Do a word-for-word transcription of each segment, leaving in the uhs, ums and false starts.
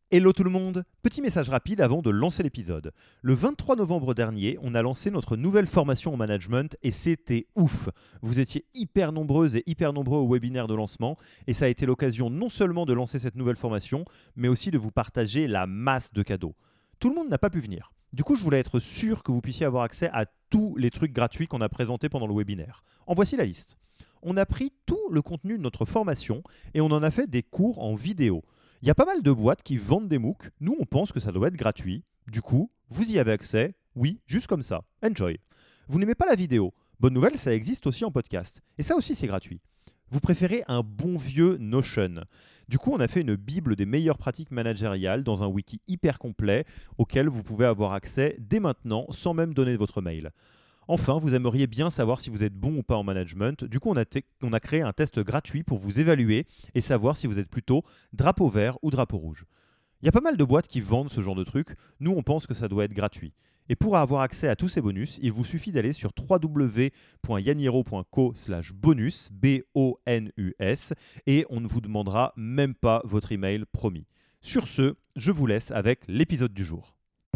Hello tout le monde! Petit message rapide avant de lancer l'épisode. Le vingt-trois novembre dernier, on a lancé notre nouvelle formation en management et c'était ouf! Vous étiez hyper nombreuses et hyper nombreux au webinaire de lancement et ça a été l'occasion non seulement de lancer cette nouvelle formation, mais aussi de vous partager la masse de cadeaux. Tout le monde n'a pas pu venir. Du coup, je voulais être sûr que vous puissiez avoir accès à tous les trucs gratuits qu'on a présentés pendant le webinaire. En voici la liste. On a pris tout le contenu de notre formation et on en a fait des cours en vidéo. Il y a pas mal de boîtes qui vendent des MOOC. Nous, on pense que ça doit être gratuit. Du coup, vous y avez accès. Oui, juste comme ça. Enjoy. Vous n'aimez pas la vidéo? Bonne nouvelle, ça existe aussi en podcast. Et ça aussi, c'est gratuit. Vous préférez un bon vieux Notion. Du coup, on a fait une bible des meilleures pratiques managériales dans un wiki hyper complet auquel vous pouvez avoir accès dès maintenant sans même donner votre mail. Enfin, vous aimeriez bien savoir si vous êtes bon ou pas en management. Du coup, on a, te- on a créé un test gratuit pour vous évaluer et savoir si vous êtes plutôt drapeau vert ou drapeau rouge. Il y a pas mal de boîtes qui vendent ce genre de trucs. Nous, on pense que ça doit être gratuit. Et pour avoir accès à tous ces bonus, il vous suffit d'aller sur w w w point yaniro point co slash bonus, B O N U S, et on ne vous demandera même pas votre email promis. Sur ce, je vous laisse avec l'épisode du jour.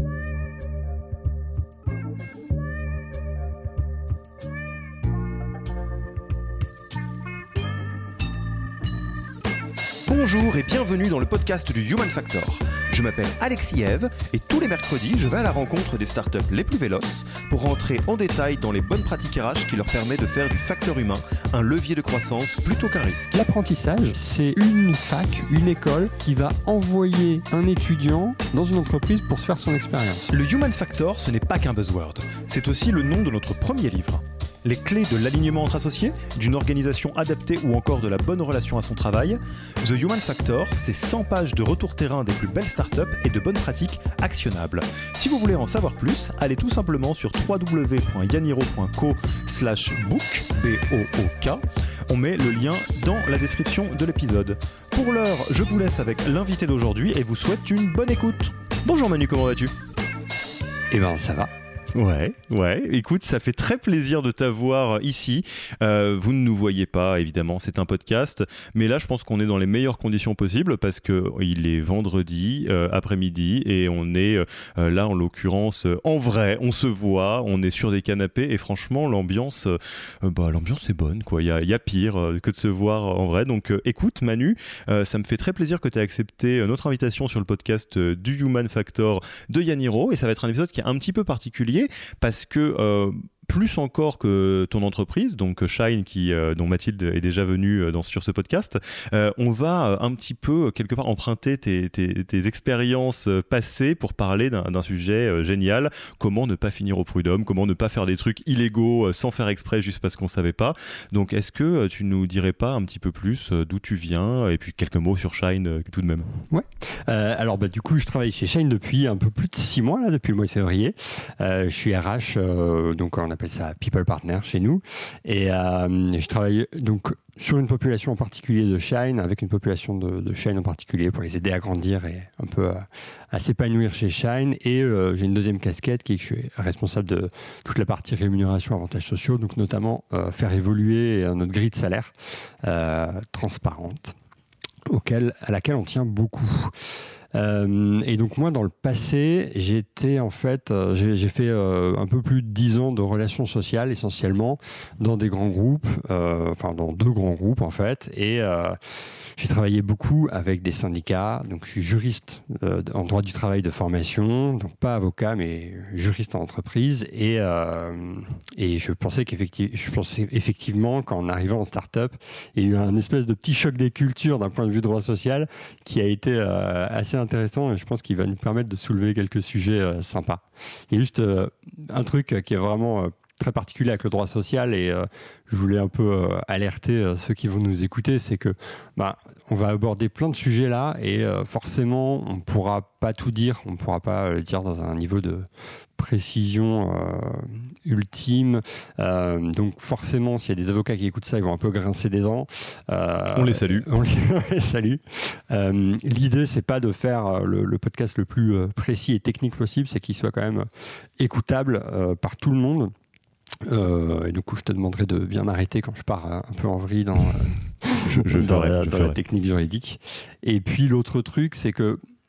Bonjour et bienvenue dans le podcast du Human Factor. Je m'appelle Alexis Eve et tous les mercredis, je vais à la rencontre des startups les plus véloces pour rentrer en détail dans les bonnes pratiques R H qui leur permettent de faire du facteur humain un levier de croissance plutôt qu'un risque. L'apprentissage, c'est une fac, une école qui va envoyer un étudiant dans une entreprise pour se faire son expérience. Le Human Factor, ce n'est pas qu'un buzzword. C'est aussi le nom de notre premier livre. Les clés de l'alignement entre associés, d'une organisation adaptée ou encore de la bonne relation à son travail. The Human Factor, c'est cent pages de retour terrain des plus belles startups et de bonnes pratiques actionnables. Si vous voulez en savoir plus, allez tout simplement sur w w w point yaniro point co slash book, B O O K. On met le lien dans la description de l'épisode. Pour l'heure, je vous laisse avec l'invité d'aujourd'hui et vous souhaite une bonne écoute. Bonjour Manu, comment vas-tu ? Eh ben ça va. Ouais, ouais. Écoute, ça fait très plaisir de t'avoir ici. Euh, vous ne nous voyez pas, évidemment, c'est un podcast. Mais là, je pense qu'on est dans les meilleures conditions possibles parce qu'il est vendredi euh, après-midi et on est euh, là, en l'occurrence, euh, en vrai. On se voit, on est sur des canapés et franchement, l'ambiance, euh, bah, l'ambiance est bonne, quoi. Il y a, il y a pire euh, que de se voir en vrai. Donc, euh, écoute, Manu, euh, ça me fait très plaisir que tu aies accepté notre invitation sur le podcast euh, du Human Factor de Yaniro. Et ça va être un épisode qui est un petit peu particulier. Parce que euh, plus encore que ton entreprise, donc Shine, qui, euh, dont Mathilde est déjà venue dans, sur ce podcast, euh, on va un petit peu, quelque part, emprunter tes, tes, tes expériences passées pour parler d'un, d'un sujet euh, génial. Comment ne pas finir au prud'homme, comment ne pas faire des trucs illégaux euh, sans faire exprès juste parce qu'on ne savait pas. Donc, est-ce que euh, tu nous dirais pas un petit peu plus euh, d'où tu viens et puis quelques mots sur Shine euh, tout de même? Ouais. Euh, alors, bah, du coup, je travaille chez Shine depuis un peu plus de six mois, là, depuis le mois de février. Euh, je suis R H, euh, donc on appelle ça People Partner chez nous. Et euh, je travaille donc sur une population en particulier de Shine, avec une population de, de Shine en particulier pour les aider à grandir et un peu à, à s'épanouir chez Shine. Et euh, j'ai une deuxième casquette qui est que je suis responsable de toute la partie rémunération, avantages sociaux, donc notamment euh, faire évoluer notre grille de salaire euh, transparente, auquel, à laquelle on tient beaucoup. Euh, et donc moi dans le passé j'étais en fait euh, j'ai, j'ai fait euh, un peu plus de dix ans de relations sociales essentiellement dans des grands groupes, euh, enfin dans deux grands groupes en fait, et euh, j'ai travaillé beaucoup avec des syndicats. Donc je suis juriste euh, en droit du travail de formation, donc pas avocat mais juriste en entreprise, et, euh, et je pensais qu'effectivement je pensais effectivement qu'en arrivant en start-up il y a eu un espèce de petit choc des cultures d'un point de vue droit social qui a été euh, assez intéressant, et je pense qu'il va nous permettre de soulever quelques sujets euh, sympas. Il y a juste euh, un truc qui est vraiment euh, très particulier avec le droit social, et euh, je voulais un peu euh, alerter euh, ceux qui vont nous écouter, c'est que bah, on va aborder plein de sujets là, et euh, forcément on ne pourra pas tout dire, on ne pourra pas le dire dans un niveau de précision euh, ultime. Euh, donc forcément, s'il y a des avocats qui écoutent ça, ils vont un peu grincer des dents. Euh, on les salue. On les salue. Euh, l'idée, c'est pas de faire le, le podcast le plus euh, précis et technique possible, c'est qu'il soit quand même écoutable euh, par tout le monde. Euh, et du coup, je te demanderai de bien m'arrêter quand je pars un peu en vrille dans, je, je dans, ferai, la, je dans ferai. la technique juridique. Et puis l'autre truc, c'est que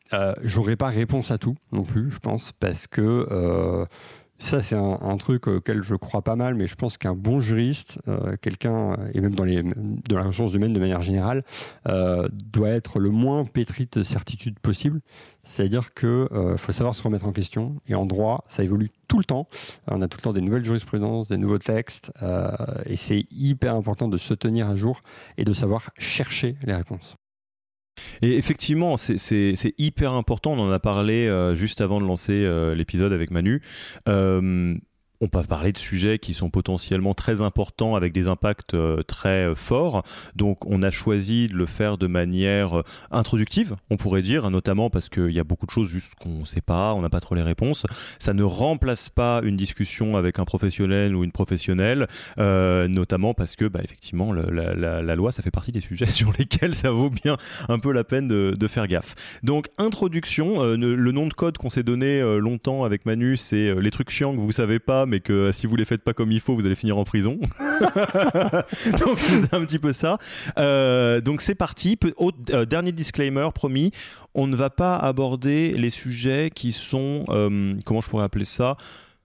euh, j'aurais pas réponse à tout non plus, je pense, parce que euh, ça, c'est un, un truc auquel je crois pas mal, mais je pense qu'un bon juriste, euh, quelqu'un, et même dans, les, dans la ressource humaine de manière générale, euh, doit être le moins pétri de certitude possible. C'est-à-dire qu'il euh, faut savoir se remettre en question. Et en droit, ça évolue tout le temps. On a tout le temps des nouvelles jurisprudences, des nouveaux textes. Euh, et c'est hyper important de se tenir à jour et de savoir chercher les réponses. Et effectivement, c'est, c'est, c'est hyper important. On en a parlé euh, juste avant de lancer euh, l'épisode avec Manu. Euh, on peut parler de sujets qui sont potentiellement très importants avec des impacts euh, très euh, forts. Donc, on a choisi de le faire de manière euh, introductive, on pourrait dire, notamment parce qu'il y a beaucoup de choses juste qu'on ne sait pas, on n'a pas trop les réponses. Ça ne remplace pas une discussion avec un professionnel ou une professionnelle, euh, notamment parce que, bah, effectivement, le, la, la, la loi, ça fait partie des sujets sur lesquels ça vaut bien un peu la peine de, de faire gaffe. Donc, introduction, euh, le nom de code qu'on s'est donné euh, longtemps avec Manu, c'est euh, les trucs chiants que vous ne savez pas, mais que si vous les faites pas comme il faut, vous allez finir en prison. Donc c'est un petit peu ça. Euh, donc c'est parti. Au, euh, dernier disclaimer, promis, on ne va pas aborder les sujets qui sont, euh, comment je pourrais appeler ça,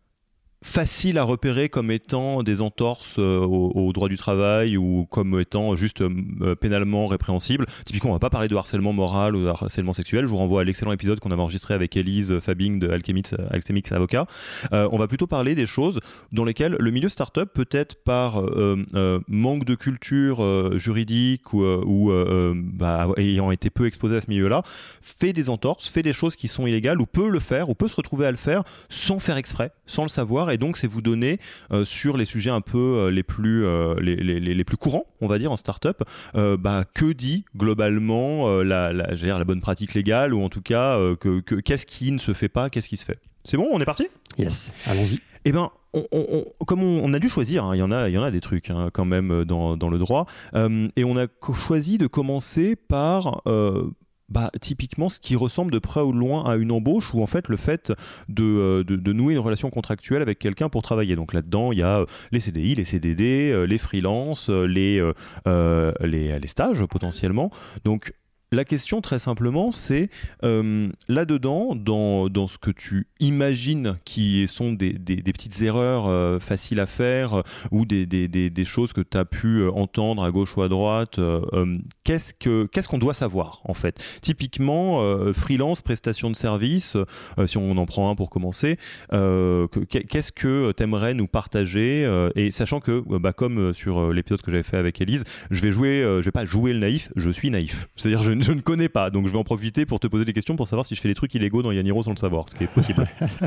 facile à repérer comme étant des entorses euh, au, au droit du travail ou comme étant juste euh, pénalement répréhensibles. Typiquement, on va pas parler de harcèlement moral ou de harcèlement sexuel. Je vous renvoie à l'excellent épisode qu'on avait enregistré avec Élise Fabing de Alchemix, Alchemix Avocat. Euh, on va plutôt parler des choses dans lesquelles le milieu startup, peut-être par euh, euh, manque de culture euh, juridique ou, euh, ou euh, bah, ayant été peu exposé à ce milieu-là, fait des entorses, fait des choses qui sont illégales ou peut le faire ou peut se retrouver à le faire sans faire exprès, sans le savoir. Et donc, c'est vous donner euh, sur les sujets un peu euh, les, plus, euh, les, les, les plus courants, on va dire, en start-up, euh, bah, que dit globalement euh, la, la, dire, la bonne pratique légale, ou en tout cas, euh, que, que, qu'est-ce qui ne se fait pas, qu'est-ce qui se fait. C'est bon, on est parti ? Yes, allons-y. Eh bien, on, on, on, comme on, on a dû choisir, hein, il y en a, il y en a des trucs hein, quand même dans, dans le droit, euh, et on a choisi de commencer par... Euh, Bah, typiquement ce qui ressemble de près ou de loin à une embauche, ou en fait le fait de, de, de nouer une relation contractuelle avec quelqu'un pour travailler. Donc là-dedans, il y a les C D I, les C D D, les freelances, les, euh, les, les stages potentiellement. Donc la question très simplement, c'est euh, là-dedans, dans, dans ce que tu imagines qui sont des, des, des petites erreurs euh, faciles à faire euh, ou des, des, des, des choses que tu as pu entendre à gauche ou à droite, euh, euh, qu'est-ce, que, qu'est-ce qu'on doit savoir en fait ? Typiquement, euh, freelance, prestation de service, euh, si on en prend un pour commencer, euh, que, qu'est-ce que tu aimerais nous partager euh, et sachant que, bah, comme sur l'épisode que j'avais fait avec Élise, je vais jouer, euh, je vais pas jouer le naïf, je suis naïf. C'est-à-dire je je ne connais pas, donc je vais en profiter pour te poser des questions pour savoir si je fais des trucs illégaux dans Yaniro sans le savoir, ce qui est possible.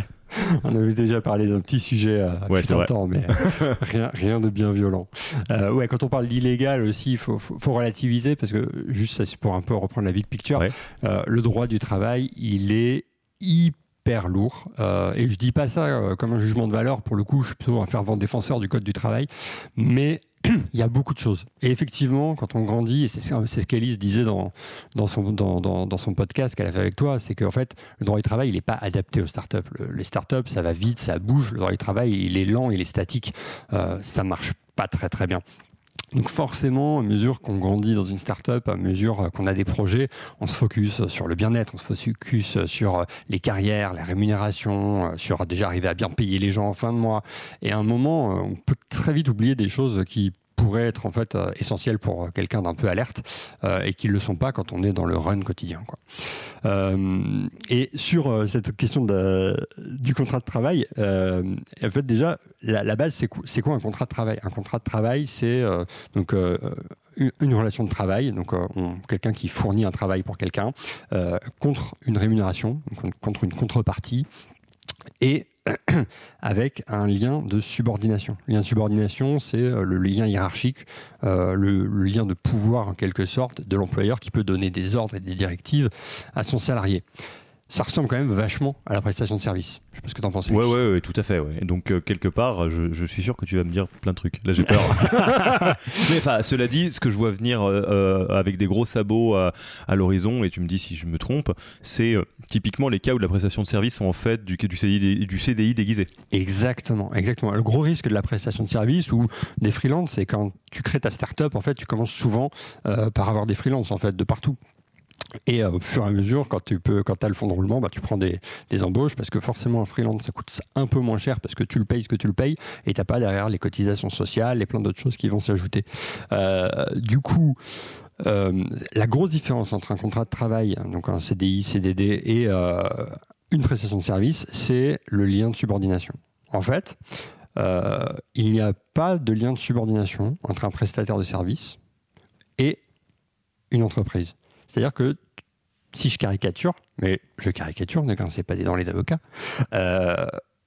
On avait déjà parlé d'un petit sujet euh, ouais, c'est vrai. Temps, mais rien, rien de bien violent. Euh, ouais, quand on parle d'illégal aussi, il faut, faut, faut relativiser, parce que juste ça, c'est pour un peu reprendre la big picture, ouais. euh, le droit du travail, il est hyper lourd. Euh, et je dis pas ça euh, comme un jugement de valeur, pour le coup, je suis plutôt un fervent défenseur du code du travail, mais il y a beaucoup de choses. Et effectivement, quand on grandit, et c'est, c'est ce qu'Élise disait dans, dans, son, dans, dans, dans son podcast qu'elle a fait avec toi, c'est qu'en fait, le droit du travail, il n'est pas adapté aux startups. Le, les startups, ça va vite, ça bouge. Le droit du travail, il est lent, il est statique. Euh, ça ne marche pas très, très bien. Donc forcément, à mesure qu'on grandit dans une start-up, à mesure qu'on a des projets, on se focus sur le bien-être, on se focus sur les carrières, la rémunération, sur déjà arriver à bien payer les gens en fin de mois. Et à un moment, on peut très vite oublier des choses qui pourraient être en fait euh, essentielles pour quelqu'un d'un peu alerte euh, et qui ne le sont pas quand on est dans le run quotidien, quoi. Euh, et sur euh, cette question de, du contrat de travail, euh, en fait déjà, la, la base, c'est quoi, c'est quoi un contrat de travail ? Un contrat de travail, c'est euh, donc euh, une, une relation de travail, donc euh, on, quelqu'un qui fournit un travail pour quelqu'un euh, contre une rémunération, donc contre une contrepartie, et avec un lien de subordination. Le lien de subordination, c'est le lien hiérarchique, euh, le, le lien de pouvoir en quelque sorte de l'employeur qui peut donner des ordres et des directives à son salarié. Ça ressemble quand même vachement à la prestation de service. Je sais pas ce que tu en penses. Ouais, ouais, ouais, tout à fait. Ouais. Et donc, euh, quelque part, je, je suis sûr que tu vas me dire plein de trucs. Là, j'ai peur. Mais enfin, cela dit, ce que je vois venir euh, avec des gros sabots à, à l'horizon, et tu me dis si je me trompe, c'est euh, typiquement les cas où la prestation de service sont en fait du, du, C D I, du C D I déguisé. Exactement, exactement. Le gros risque de la prestation de service ou des freelances, c'est quand tu crées ta start-up, en fait, tu commences souvent euh, par avoir des freelances en fait, de partout. Et euh, au fur et à mesure, quand tu peux, quand as le fonds de roulement, bah, tu prends des, des embauches parce que forcément un freelance ça coûte un peu moins cher parce que tu le payes ce que tu le payes et t'as pas derrière les cotisations sociales et plein d'autres choses qui vont s'ajouter. Euh, du coup, euh, la grosse différence entre un contrat de travail, donc un C D I, C D D et euh, une prestation de service, c'est le lien de subordination. En fait, euh, il n'y a pas de lien de subordination entre un prestataire de service et une entreprise. C'est-à-dire que si je caricature, mais je caricature, ne grincez pas des dents les avocats, euh,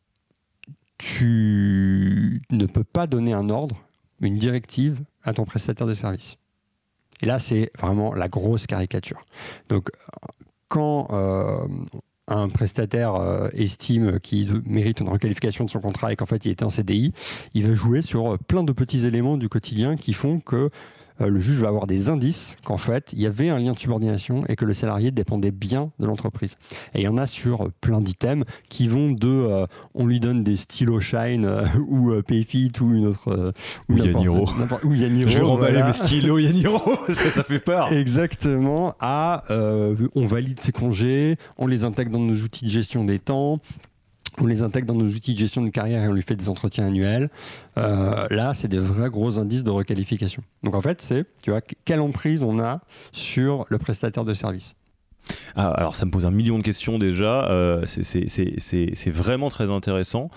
tu ne peux pas donner un ordre, une directive à ton prestataire de service. Et là, c'est vraiment la grosse caricature. Donc, quand euh, un prestataire euh, estime qu'il mérite une requalification de son contrat et qu'en fait il était en C D I, il va jouer sur plein de petits éléments du quotidien qui font que Euh, le juge va avoir des indices qu'en fait, il y avait un lien de subordination et que le salarié dépendait bien de l'entreprise. Et il y en a sur plein d'items qui vont de euh, on lui donne des stylos Shine euh, ou euh, Payfit ou une autre... Euh, ou Yaniro. Ou Yaniro. Je vais remballer voilà. mes stylos Yaniro, ça, ça fait peur. Exactement, à euh, on valide ses congés, on les intègre dans nos outils de gestion des temps, on les intègre dans nos outils de gestion de carrière et on lui fait des entretiens annuels. Euh, là, c'est des vrais gros indices de requalification. Donc en fait, c'est, tu vois, quelle emprise on a sur le prestataire de service. Ah, alors ça me pose un million de questions déjà. Euh, c'est, c'est, c'est, c'est, c'est vraiment très intéressant.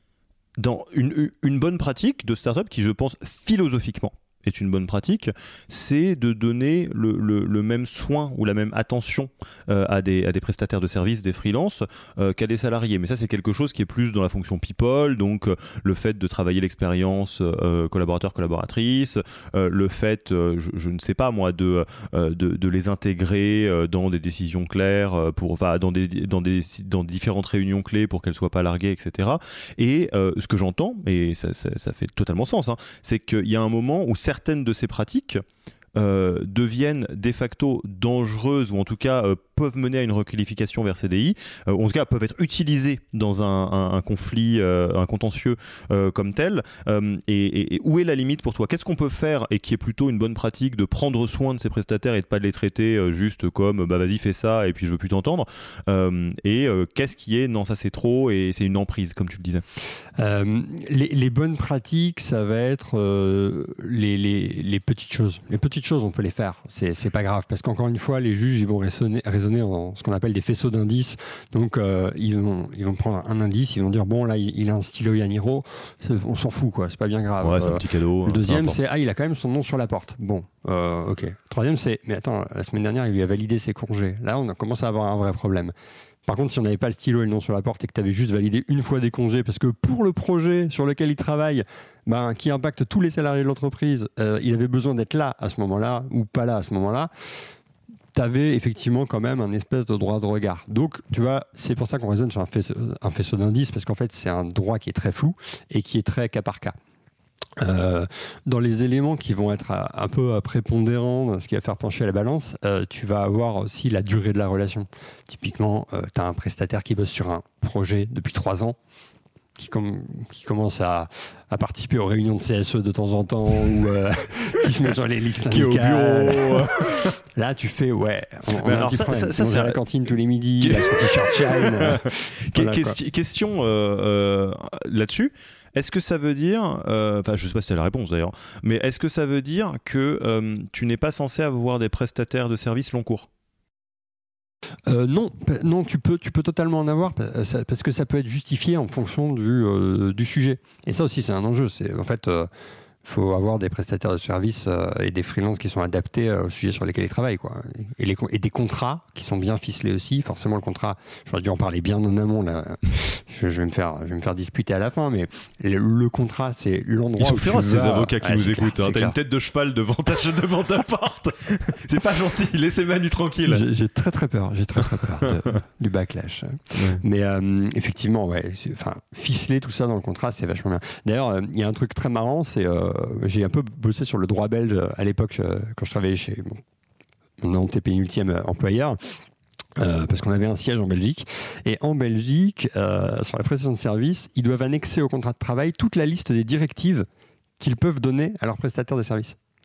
Dans une, une bonne pratique de start-up qui, je pense, philosophiquement, est une bonne pratique, c'est de donner le, le, le même soin ou la même attention euh, à, des, à des prestataires de services, des freelances, euh, qu'à des salariés. Mais ça, c'est quelque chose qui est plus dans la fonction people, donc euh, le fait de travailler l'expérience euh, collaborateur-collaboratrice, euh, le fait, euh, je, je ne sais pas moi, de, euh, de, de les intégrer euh, dans des décisions claires, pour, enfin, dans, des, dans, des, dans différentes réunions clés pour qu'elles ne soient pas larguées, et cetera. Et euh, ce que j'entends, et ça, ça, ça fait totalement sens, hein, c'est qu'il y a un moment où certaines de ces pratiques euh, deviennent de facto dangereuses ou en tout cas euh, peuvent mener à une requalification vers C D I, euh, ou en tout cas peuvent être utilisées dans un, un, un conflit, euh, un contentieux euh, comme tel. Euh, et, et, et où est la limite pour toi ? Qu'est-ce qu'on peut faire et qui est plutôt une bonne pratique de prendre soin de ces prestataires et de pas les traiter euh, juste comme bah vas-y fais ça et puis je veux plus t'entendre. Euh, et euh, qu'est-ce qui est non ça c'est trop et c'est une emprise comme tu le disais. Euh, les, les bonnes pratiques, ça va être euh, les, les, les petites choses. Les petites choses, on peut les faire. C'est, c'est pas grave parce qu'encore une fois, les juges ils vont raisonner, raisonner en ce qu'on appelle des faisceaux d'indices. Donc, euh, ils, vont, ils vont prendre un indice, ils vont dire bon, là, il, il a un stylo Yaniro, on s'en fout, quoi. C'est pas bien grave. Ouais, c'est un petit cadeau. Le deuxième, c'est ah, il a quand même son nom sur la porte. Bon, euh, ok. Le troisième, c'est mais attends, la semaine dernière, il lui a validé ses congés. Là, on a commencé à avoir un vrai problème. Par contre, si on n'avait pas le stylo et le nom sur la porte et que tu avais juste validé une fois des congés, parce que pour le projet sur lequel il travaille, ben, qui impacte tous les salariés de l'entreprise, euh, il avait besoin d'être là à ce moment-là ou pas là à ce moment-là, tu avais effectivement quand même un espèce de droit de regard. Donc, tu vois, c'est pour ça qu'on raisonne sur un faisceau, un faisceau d'indices, parce qu'en fait, c'est un droit qui est très flou et qui est très cas par cas. Euh, dans les éléments qui vont être à, un peu prépondérants, ce qui va faire pencher la balance, euh, tu vas avoir aussi la durée de la relation. Typiquement, euh, tu as un prestataire qui bosse sur un projet depuis trois ans, qui, com- qui commence à, à participer aux réunions de C S E de temps en temps, ou euh, qui se met sur les listes syndicales. Qui est au bureau. Là, tu fais, ouais, on, on Mais a alors un petit ça, problème. ça, ça, c'est à la cantine tous les midis, il a son t-shirt Shine. Euh, voilà, Question, question euh, euh, là-dessus. Est-ce que ça veut dire, enfin euh, je ne sais pas si tu as la réponse d'ailleurs, mais est-ce que ça veut dire que euh, tu n'es pas censé avoir des prestataires de services long cours ? Euh, non, non, tu peux, tu peux totalement en avoir parce que ça peut être justifié en fonction du, euh, du sujet. Et ça aussi, c'est un enjeu. C'est en fait, euh, faut avoir des prestataires de services euh, et des freelances qui sont adaptés euh, au sujet sur lesquels ils travaillent, quoi. Et, les, et des contrats qui sont bien ficelés aussi. Forcément, le contrat, j'aurais dû en parler bien en amont. Là. Je, je vais me faire, je vais me faire disputer à la fin, mais le, le contrat, c'est l'endroit. Ils sont où féroces tu ces vas... avocats qui ah, nous écoutent. Hein. T'as une tête de cheval devant ta, devant ta porte. C'est pas gentil. Laissez Manu tranquille. J'ai, j'ai très très peur. J'ai très très peur de, du backlash. Ouais. Mais euh, effectivement, ouais. Enfin, ficeler tout ça dans le contrat, c'est vachement bien. D'ailleurs, il euh, y a un truc très marrant, c'est euh, j'ai un peu bossé sur le droit belge à l'époque euh, quand je travaillais chez mon, mon antépénultième employeur. Euh, parce qu'on avait un siège en Belgique. Et en Belgique, euh, sur la prestation de service, ils doivent annexer au contrat de travail toute la liste des directives qu'ils peuvent donner à leurs prestataires de services.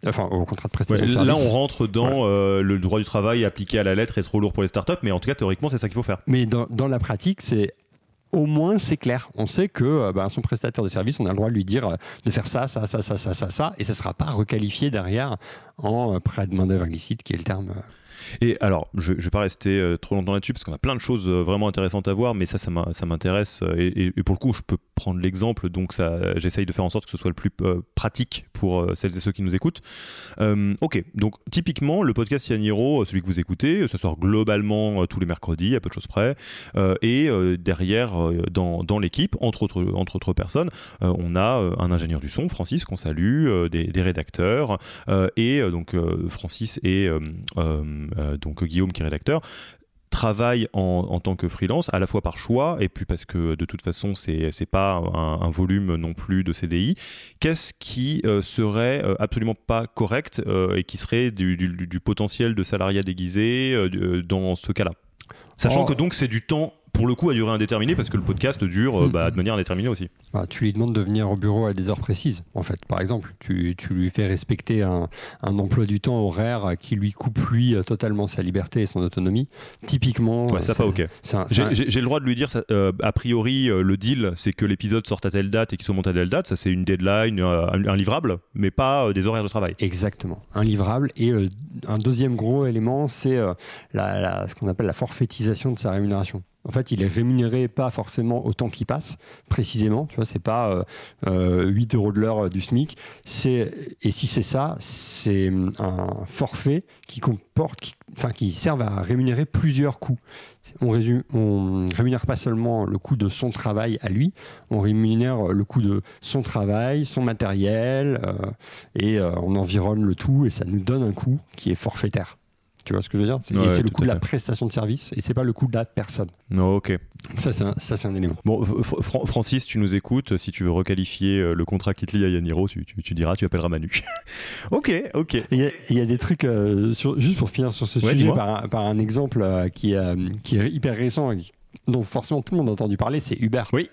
enfin au contrat de prestation ouais, de service. Là, on rentre dans ouais. euh, le droit du travail appliqué à la lettre est trop lourd pour les startups, mais en tout cas, théoriquement, c'est ça qu'il faut faire. Mais dans, dans la pratique, c'est au moins c'est clair. On sait que euh, bah, son prestataire de service, on a le droit de lui dire euh, de faire ça, ça, ça, ça, ça, ça, ça, et ça ne sera pas requalifié derrière en euh, prêt de main-d'œuvre illicite, qui est le terme. Euh, Et alors, je ne vais pas rester euh, trop longtemps là-dessus parce qu'on a plein de choses euh, vraiment intéressantes à voir, mais ça, ça, m'a, ça m'intéresse. Euh, et, et pour le coup, je peux prendre l'exemple, donc ça, j'essaye de faire en sorte que ce soit le plus euh, pratique pour euh, celles et ceux qui nous écoutent. Euh, ok, donc typiquement, le podcast Yaniro, celui que vous écoutez, ça sort globalement euh, tous les mercredis, à peu de choses près. Euh, et euh, derrière, euh, dans, dans l'équipe, entre autres, entre autres personnes, euh, on a euh, un ingénieur du son, Francis, qu'on salue, euh, des, des rédacteurs, euh, et euh, donc euh, Francis et euh, euh, Euh, donc Guillaume qui est rédacteur, travaille en, en tant que freelance, à la fois par choix et puis parce que de toute façon c'est, c'est pas un, un volume non plus de C D I. Qu'est-ce qui euh, serait euh, absolument pas correct euh, et qui serait du, du, du potentiel de salariat déguisé euh, dans ce cas-là, sachant oh. que donc c'est du temps pour le coup à durée indéterminée parce que le podcast dure euh, bah, de manière indéterminée aussi. Bah, tu lui demandes de venir au bureau à des heures précises, en fait. Par exemple, tu, tu lui fais respecter un, un emploi du temps horaire qui lui coupe lui totalement sa liberté et son autonomie. Typiquement, ouais, ça pas ok. C'est un, c'est j'ai, un... j'ai, j'ai le droit de lui dire, ça, euh, a priori, euh, le deal, c'est que l'épisode sorte à telle date et qu'il soit monté à telle date. Ça, c'est une deadline, euh, un, un livrable, mais pas euh, des horaires de travail. Exactement, un livrable. Et euh, un deuxième gros élément, c'est euh, la, la, ce qu'on appelle la forfaitisation de sa rémunération. En fait, il est rémunéré pas forcément au temps qui passe, précisément. Tu vois, c'est pas euh, euh, huit euros de l'heure du SMIC. C'est, et si c'est ça, c'est un forfait qui comporte, qui, enfin, qui sert à rémunérer plusieurs coûts. On, résume, on rémunère pas seulement le coût de son travail à lui, on rémunère le coût de son travail, son matériel, euh, et euh, on environne le tout, et ça nous donne un coût qui est forfaitaire. Tu vois ce que je veux dire ? C'est, ouais, c'est le coût de la prestation de service et c'est pas le coût de la personne. Non, ok. Ça c'est, un, ça, c'est un élément. Bon, Fr- Francis, tu nous écoutes. Si tu veux requalifier le contrat qui te lie à Yaniro, tu, tu, tu diras, tu appelleras Manu. ok, ok. Il y, y a des trucs, euh, sur, juste pour finir sur ce ouais, sujet, par un, par un exemple euh, qui, euh, qui est hyper récent et dont forcément tout le monde a entendu parler, c'est Uber. Oui.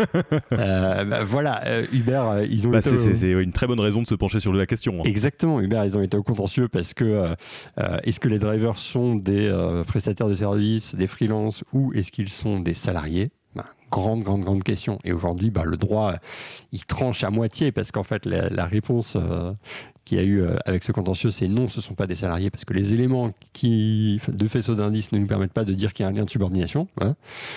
euh, bah, voilà, euh, Uber, euh, ils ont bah, été... C'est, c'est, c'est une très bonne raison de se pencher sur la question. Hein. Exactement, Uber, ils ont été au contentieux parce que euh, euh, est-ce que les drivers sont des euh, prestataires de services, des freelances ou est-ce qu'ils sont des salariés ? Bah, grande, grande, grande question. Et aujourd'hui, bah, le droit, il tranche à moitié parce qu'en fait, la, la réponse... Euh, qu'il y a eu avec ce contentieux, c'est non, ce ne sont pas des salariés parce que les éléments qui, de faisceau d'indices ne nous permettent pas de dire qu'il y a un lien de subordination. Hein.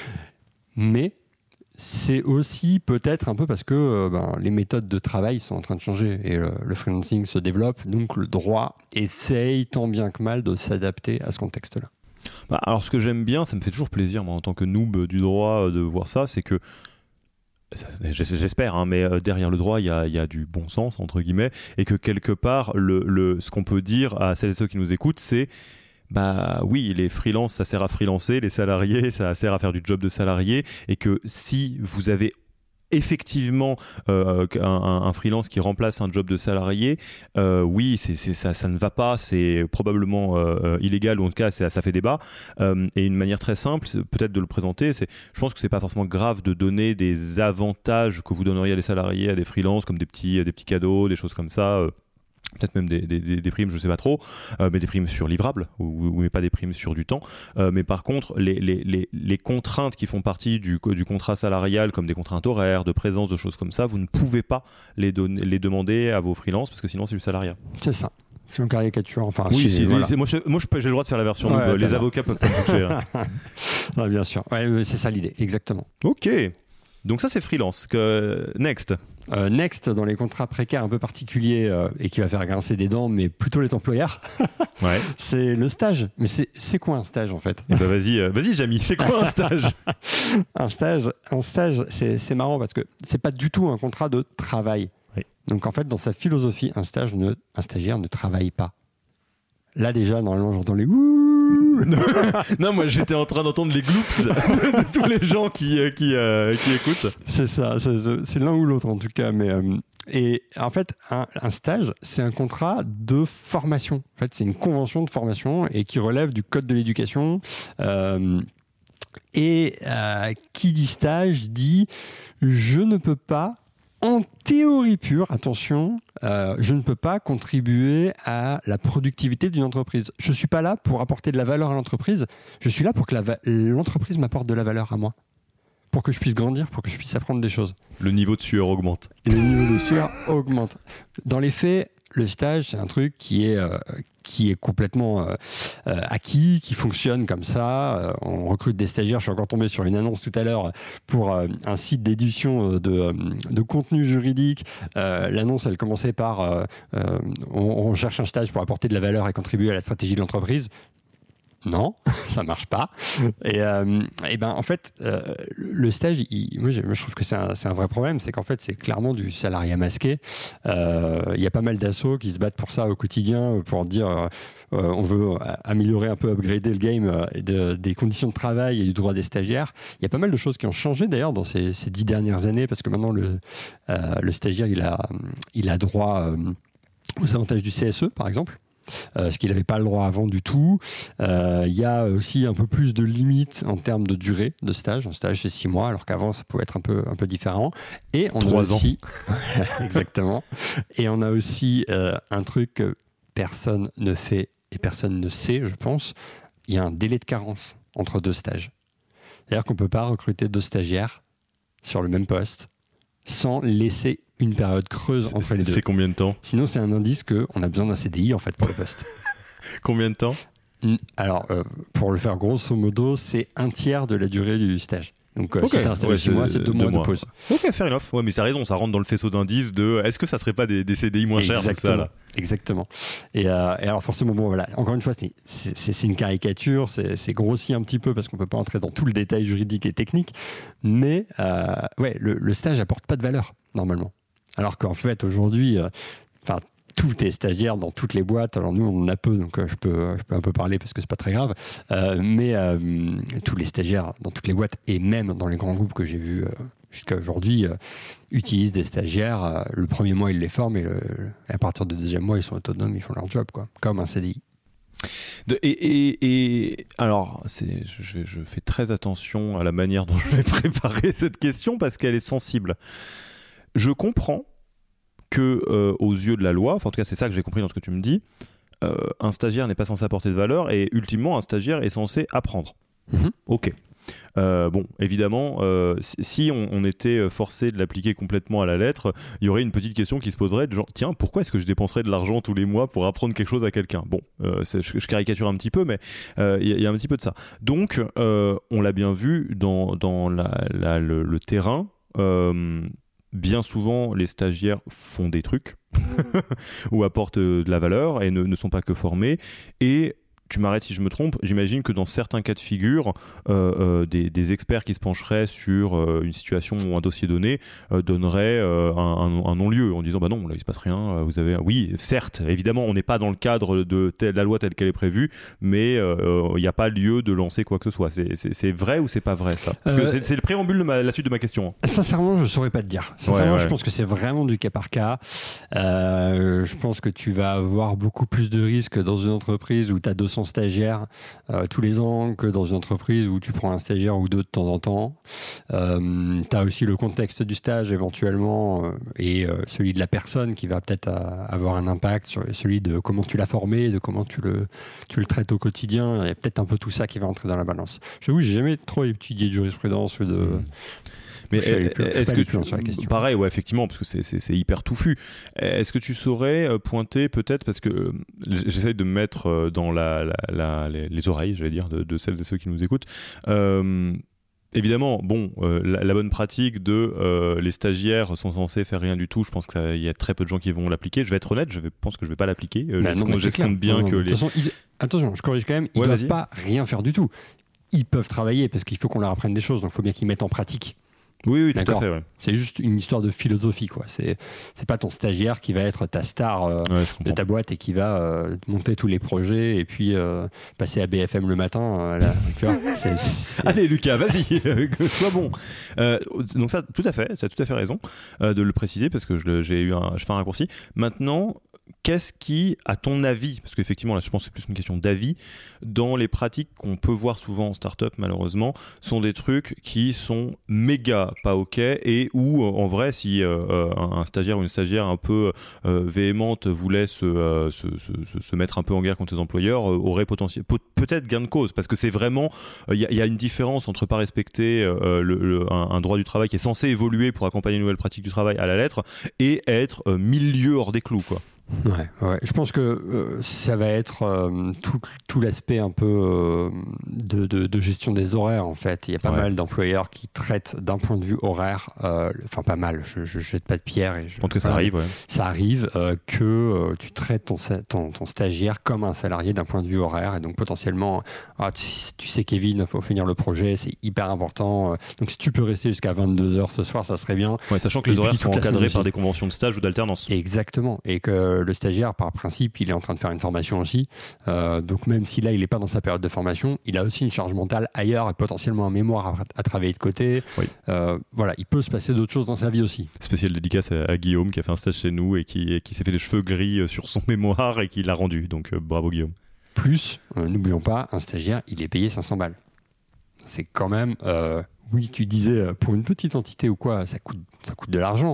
Mais c'est aussi peut-être un peu parce que euh, ben, les méthodes de travail sont en train de changer et le, le freelancing se développe, donc le droit essaye tant bien que mal de s'adapter à ce contexte-là. Bah, alors ce que j'aime bien, ça me fait toujours plaisir moi, en tant que noob du droit de voir ça, c'est que j'espère, hein, mais derrière le droit, il y a, y a du bon sens, entre guillemets, et que quelque part, le, le, ce qu'on peut dire à celles et ceux qui nous écoutent, c'est bah oui, les freelances, ça sert à freelancer, les salariés, ça sert à faire du job de salarié, et que si vous avez effectivement euh, un, un freelance qui remplace un job de salarié, euh, oui, c'est, c'est, ça, ça ne va pas, c'est probablement euh, illégal, ou en tout cas ça, ça fait débat. Euh, et une manière très simple, peut-être de le présenter, c'est, je pense que c'est pas forcément grave de donner des avantages que vous donneriez à des salariés, à des freelances, comme des petits, des petits cadeaux, des choses comme ça. Euh, peut-être même des, des, des primes, je ne sais pas trop, euh, mais des primes sur livrables, ou, ou mais pas des primes sur du temps. Euh, mais par contre, les, les, les, les contraintes qui font partie du, du contrat salarial, comme des contraintes horaires, de présence, de choses comme ça, vous ne pouvez pas les, donner, les demander à vos freelances, parce que sinon c'est du salariat. C'est ça. C'est une caricature. Enfin, oui, c'est, c'est, voilà. c'est, moi, je, moi j'ai le droit de faire la version, ouais, donc, les avocats peuvent pas me toucher. Hein. Ah, bien sûr, ouais, c'est ça l'idée, exactement. Ok. Donc ça c'est freelance. Que... Next. Euh, next, dans les contrats précaires un peu particuliers euh, et qui va faire grincer des dents, mais plutôt les employeurs, ouais. c'est le stage. Mais c'est, c'est quoi un stage en fait ? Eh ben vas-y, euh, vas-y Jamy, c'est quoi un stage ? Un stage, un stage c'est, c'est marrant parce que c'est pas du tout un contrat de travail. Oui. Donc en fait, dans sa philosophie, un, stage ne, un stagiaire ne travaille pas. Là déjà, normalement, j'entends les ouh. Non, moi j'étais en train d'entendre les gloops de, de tous les gens qui, euh, qui, euh, qui écoutent. C'est ça, c'est, c'est l'un ou l'autre en tout cas. Mais, euh, et en fait, un, un stage, c'est un contrat de formation. En fait, c'est une convention de formation et qui relève du code de l'éducation. Euh, et euh, qui dit stage dit je ne peux pas en théorie pure, attention, euh, je ne peux pas contribuer à la productivité d'une entreprise. Je ne suis pas là pour apporter de la valeur à l'entreprise. Je suis là pour que la va- l'entreprise m'apporte de la valeur à moi. Pour que je puisse grandir, pour que je puisse apprendre des choses. Le niveau de sueur augmente. Et le niveau de sueur augmente. Dans les faits, le stage, c'est un truc qui est, euh, qui est complètement euh, euh, acquis, qui fonctionne comme ça. Euh, on recrute des stagiaires. Je suis encore tombé sur une annonce tout à l'heure pour euh, un site d'édition de, euh, de contenu juridique. Euh, l'annonce, elle commençait par euh, euh, on, on cherche un stage pour apporter de la valeur et contribuer à la stratégie de l'entreprise. Non, ça marche pas. Et, euh, et ben en fait, euh, le stage, il, moi, je, moi je trouve que c'est un, c'est un vrai problème, c'est qu'en fait c'est clairement du salariat masqué. Euh, Il y a pas mal d'assos qui se battent pour ça au quotidien, pour dire euh, euh, on veut améliorer un peu, upgrader le game euh, de, des conditions de travail et du droit des stagiaires. Il y a pas mal de choses qui ont changé d'ailleurs dans ces, ces dix dernières années, parce que maintenant le, euh, le stagiaire il a, il a droit euh, aux avantages du C S E par exemple. Euh, ce qu'il n'avait pas le droit avant du tout. Il euh, y a aussi un peu plus de limites en termes de durée de stage. Un stage, c'est six mois, alors qu'avant, ça pouvait être un peu, un peu différent. Et on Trois a aussi... ans. Exactement. Et on a aussi euh, un truc que personne ne fait et personne ne sait, je pense. Il y a un délai de carence entre deux stages. C'est-à-dire qu'on ne peut pas recruter deux stagiaires sur le même poste sans laisser une période creuse entre les deux. C'est combien de temps? Sinon, c'est un indice qu'on a besoin d'un C D I en fait pour le poste. Combien de temps? Alors, euh, pour le faire grosso modo, c'est un tiers de la durée du stage. Donc, euh, okay. si tu as un stage ouais, de six mois, c'est deux, deux mois, mois de pause. Ok, fair enough. Ouais, mais t'as raison, ça rentre dans le faisceau d'indices de est-ce que ça serait pas des, des C D I moins chers comme ça là? Exactement. Et, euh, et alors, forcément, bon, voilà. Encore une fois, c'est, c'est, c'est une caricature, c'est, c'est grossi un petit peu parce qu'on peut pas entrer dans tout le détail juridique et technique. Mais euh, ouais, le, le stage apporte pas de valeur normalement. Alors qu'en fait, aujourd'hui, enfin. Euh, tout est stagiaire dans toutes les boîtes. Alors nous, on en a peu, donc euh, je, peux, je peux un peu parler parce que c'est pas très grave. Euh, mais euh, tous les stagiaires dans toutes les boîtes et même dans les grands groupes que j'ai vus euh, jusqu'à aujourd'hui euh, utilisent des stagiaires. Euh, le premier mois, ils les forment et, le, et à partir du deuxième mois, ils sont autonomes, ils font leur job, quoi, comme un C D I. De, et, et, et alors, c'est, je, je fais très attention à la manière dont je vais préparer cette question parce qu'elle est sensible. Je comprends que euh, aux yeux de la loi, enfin en tout cas c'est ça que j'ai compris dans ce que tu me dis, euh, un stagiaire n'est pas censé apporter de valeur et ultimement un stagiaire est censé apprendre. Mmh. Ok. Euh, bon, évidemment, euh, si on, on était forcé de l'appliquer complètement à la lettre, il y aurait une petite question qui se poserait de genre, tiens, pourquoi est-ce que je dépenserais de l'argent tous les mois pour apprendre quelque chose à quelqu'un? Bon, euh, c'est, je, je caricature un petit peu, mais il euh, y, y a un petit peu de ça. Donc, euh, on l'a bien vu dans, dans la, la, le, le terrain. Euh, Bien souvent, les stagiaires font des trucs ou apportent de la valeur et ne, ne sont pas que formés. Et tu m'arrêtes si je me trompe, j'imagine que dans certains cas de figure, euh, euh, des, des experts qui se pencheraient sur euh, une situation ou un dossier donné euh, donneraient euh, un, un, un non-lieu en disant bah non, là il se passe rien. Vous avez, oui, certes, évidemment, on n'est pas dans le cadre de telle, la loi telle qu'elle est prévue, mais il euh, n'y a pas lieu de lancer quoi que ce soit. C'est, c'est, c'est vrai ou c'est pas vrai ça? Parce euh, que c'est, c'est le préambule de ma, la suite de ma question. Sincèrement, je saurais pas te dire. Sincèrement, ouais, ouais. Je pense que c'est vraiment du cas par cas. Euh, je pense que tu vas avoir beaucoup plus de risques dans une entreprise où tu as deux cents stagiaires euh, tous les ans que dans une entreprise où tu prends un stagiaire ou deux de temps en temps. Euh, tu as aussi le contexte du stage éventuellement euh, et euh, celui de la personne qui va peut-être euh, avoir un impact sur celui de comment tu l'as formé, de comment tu le, tu le traites au quotidien. Il y a peut-être un peu tout ça qui va entrer dans la balance. J'avoue, j'ai jamais trop étudié de jurisprudence ou de... Mmh. Mais est-ce que tu... pareil, ouais, effectivement, parce que c'est, c'est, c'est hyper touffu. Est-ce que tu saurais pointer peut-être, parce que euh, j'essaye de me mettre dans la, la, la, les, les oreilles, j'allais dire, de, de celles et ceux qui nous écoutent. Euh, évidemment, bon, euh, la, la bonne pratique de euh, les stagiaires sont censés faire rien du tout. Je pense qu'il y a très peu de gens qui vont l'appliquer. Je vais être honnête, je vais, pense que je vais pas l'appliquer. Euh, bah non, j'escompte bien non, non, que les. Façon, il... Attention, je corrige quand même. Ils ouais, doivent vas-y. pas rien faire du tout. Ils peuvent travailler parce qu'il faut qu'on leur apprenne des choses. Donc, il faut bien qu'ils mettent en pratique. Oui, oui, tout D'accord. à fait. Ouais. C'est juste une histoire de philosophie, quoi. C'est, c'est pas ton stagiaire qui va être ta star euh, ouais, de ta boîte et qui va euh, monter tous les projets et puis euh, passer à B F M le matin. Euh, là, tu vois, c'est, c'est, c'est... Allez, Lucas, vas-y, sois bon. Euh, donc ça, tout à fait, tu as tout à fait raison euh, de le préciser parce que je le, j'ai eu un, je fais un raccourci. Maintenant, qu'est-ce qui, à ton avis, parce qu'effectivement là je pense que c'est plus une question d'avis, dans les pratiques qu'on peut voir souvent en start-up malheureusement, sont des trucs qui sont méga pas ok et où en vrai si euh, un stagiaire ou une stagiaire un peu euh, véhémente voulait se, euh, se, se, se mettre un peu en guerre contre ses employeurs, euh, aurait potentiel, peut- peut-être gain de cause, parce que c'est vraiment, il euh, y, y a une différence entre pas respecter euh, le, le, un, un droit du travail qui est censé évoluer pour accompagner une nouvelle pratique du travail à la lettre et être euh, mille lieues hors des clous, quoi. Ouais, ouais. Je pense que euh, ça va être euh, tout, tout l'aspect un peu euh, de, de, de gestion des horaires en fait. Il y a pas Ouais. mal d'employeurs qui traitent d'un point de vue horaire, euh, enfin pas mal, je, je jette pas de pierre. Et je, Je pense que ça voilà, arrive, ouais. Ça arrive euh, que euh, tu traites ton, ton, ton stagiaire comme un salarié d'un point de vue horaire et donc potentiellement, ah, tu, tu sais Kevin, il faut finir le projet, c'est hyper important. Euh, donc si tu peux rester jusqu'à vingt-deux heures ce soir, ça serait bien. Ouais, sachant que les Et horaires puis, sont toute la encadrés semaine par aussi. des conventions de stage ou d'alternance. Exactement. Et que le stagiaire, par principe, il est en train de faire une formation aussi. Euh, donc même si là, il n'est pas dans sa période de formation, il a aussi une charge mentale ailleurs et potentiellement un mémoire à, à travailler de côté. Oui. Euh, voilà, il peut se passer d'autres choses dans sa vie aussi. Spéciale dédicace à, à Guillaume qui a fait un stage chez nous et qui, et qui s'est fait des cheveux gris sur son mémoire et qui l'a rendu. Donc euh, bravo Guillaume. Plus, euh, n'oublions pas, un stagiaire, il est payé cinq cents balles. C'est quand même... Euh, oui, tu disais, euh, pour une petite entité ou quoi, ça coûte, ça coûte de l'argent.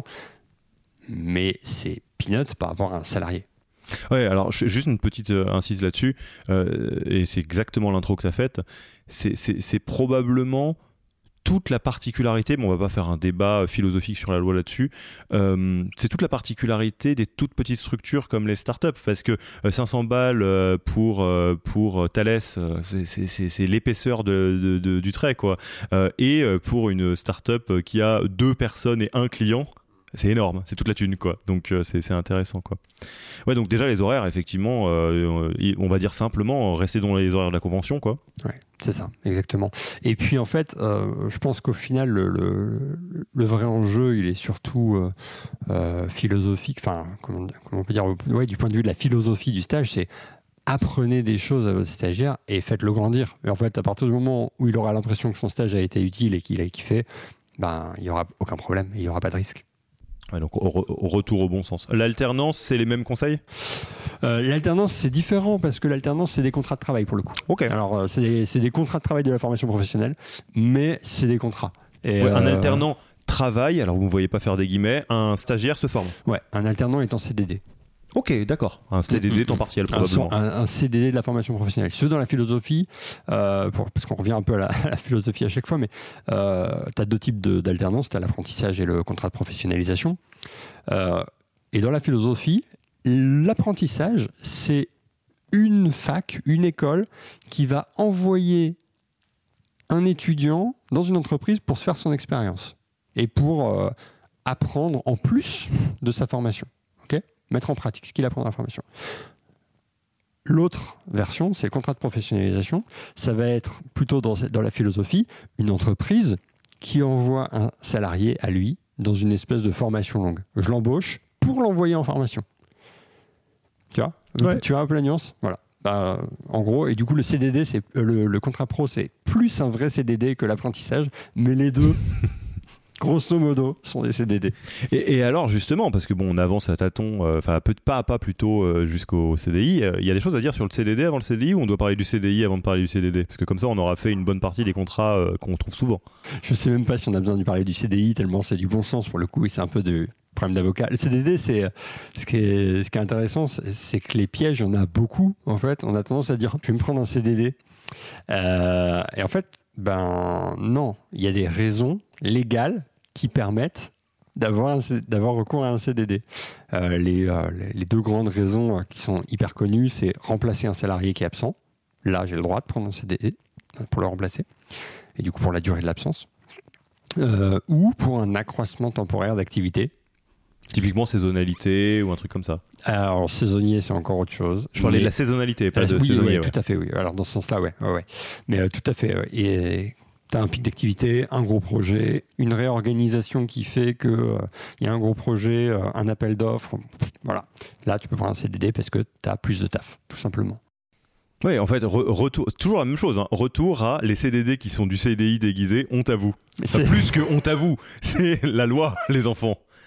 Mais c'est peanuts par rapport à un salarié. Ouais, alors je- juste une petite euh, incise là-dessus, euh, et c'est exactement l'intro que tu as faite. C'est, c'est, c'est probablement toute la particularité, bon, on va pas faire un débat philosophique sur la loi là-dessus, euh, c'est toute la particularité des toutes petites structures comme les startups, parce que euh, cinq cents balles euh, pour, euh, pour Thales, euh, c'est, c'est, c'est, c'est l'épaisseur de, de, de, du trait, quoi. Euh, et euh, pour une startup qui a deux personnes et un client, c'est énorme, c'est toute la thune, quoi. Donc euh, c'est, c'est intéressant, quoi. Ouais, donc déjà les horaires, effectivement, euh, on va dire simplement rester dans les horaires de la convention, quoi. Ouais, c'est ça, exactement. Et puis en fait, euh, je pense qu'au final, le, le, le vrai enjeu, il est surtout euh, euh, philosophique. Enfin, comment, comment on peut dire, ouais, du point de vue de la philosophie du stage, c'est apprenez des choses à votre stagiaire et faites-le grandir. Et en fait, à partir du moment où il aura l'impression que son stage a été utile et qu'il a kiffé, ben, il n'y aura aucun problème, il n'y aura pas de risque. Ouais, donc au, au retour au bon sens. L'alternance, c'est les mêmes conseils ? euh, L'alternance, c'est différent parce que l'alternance, c'est des contrats de travail pour le coup. Ok. Alors, euh, c'est, des, c'est des contrats de travail de la formation professionnelle, mais c'est des contrats. Et ouais, euh, un alternant travaille, alors vous ne me voyez pas faire des guillemets, un stagiaire se forme. Ouais, un alternant est en C D D. Ok, d'accord. Un C D D temps partiel, probablement. Un, un, un C D D de la formation professionnelle. Ce dans la philosophie, euh, pour, parce qu'on revient un peu à la, à la philosophie à chaque fois, mais euh, tu as deux types de, d'alternance. Tu as l'apprentissage et le contrat de professionnalisation. Euh, et dans la philosophie, l'apprentissage, c'est une fac, une école qui va envoyer un étudiant dans une entreprise pour se faire son expérience et pour euh, apprendre en plus de sa formation. Okay ? Mettre en pratique ce qu'il apprend dans la formation. L'autre version, c'est le contrat de professionnalisation. Ça va être plutôt dans, dans la philosophie, une entreprise qui envoie un salarié à lui dans une espèce de formation longue. Je l'embauche pour l'envoyer en formation. Tu vois ? Ouais. Tu vois un peu la nuance ? Voilà. Bah, en gros, et du coup, le C D D, c'est, euh, le, le contrat pro, c'est plus un vrai C D D que l'apprentissage, mais les deux... grosso modo, sont des C D D. Et, et alors, justement, parce que bon, on avance à tâtons, enfin, euh, peu de pas à pas plutôt euh, jusqu'au C D I, il euh, y a des choses à dire sur le C D D avant le C D I ou on doit parler du C D I avant de parler du C D D ? Parce que comme ça, on aura fait une bonne partie des contrats euh, qu'on trouve souvent. Je sais même pas si on a besoin de parler du C D I, tellement c'est du bon sens pour le coup, et c'est un peu de problème d'avocat. Le C D D, c'est, ce, qui est, ce qui est intéressant, c'est, c'est que les pièges, il y en a beaucoup, en fait. On a tendance à dire, je vais me prendre un C D D. Euh, et en fait, ben non, il y a des raisons légales qui permettent d'avoir, un, d'avoir recours à un C D D. Euh, les, euh, les deux grandes raisons qui sont hyper connues, c'est remplacer un salarié qui est absent. Là, j'ai le droit de prendre un C D D pour le remplacer, et du coup pour la durée de l'absence. Euh, ou pour un accroissement temporaire d'activité. Typiquement saisonnalité ou un truc comme ça. Alors, saisonnier, c'est encore autre chose. Je parlais mais... de la saisonnalité, pas ah, de oui, saisonnier. Ouais, ouais. Tout à fait, oui. Alors, dans ce sens-là, ouais. ouais, ouais. Mais euh, tout à fait. Ouais. Et tu as un pic d'activité, un gros projet, une réorganisation qui fait qu'il euh, y a un gros projet, euh, un appel d'offres. Voilà. Là, tu peux prendre un C D D parce que tu as plus de taf, tout simplement. Oui, en fait, re- retour, toujours la même chose. Hein. Retour à les C D D qui sont du C D I déguisé, honte à vous. Enfin, plus que honte à vous, c'est la loi, les enfants.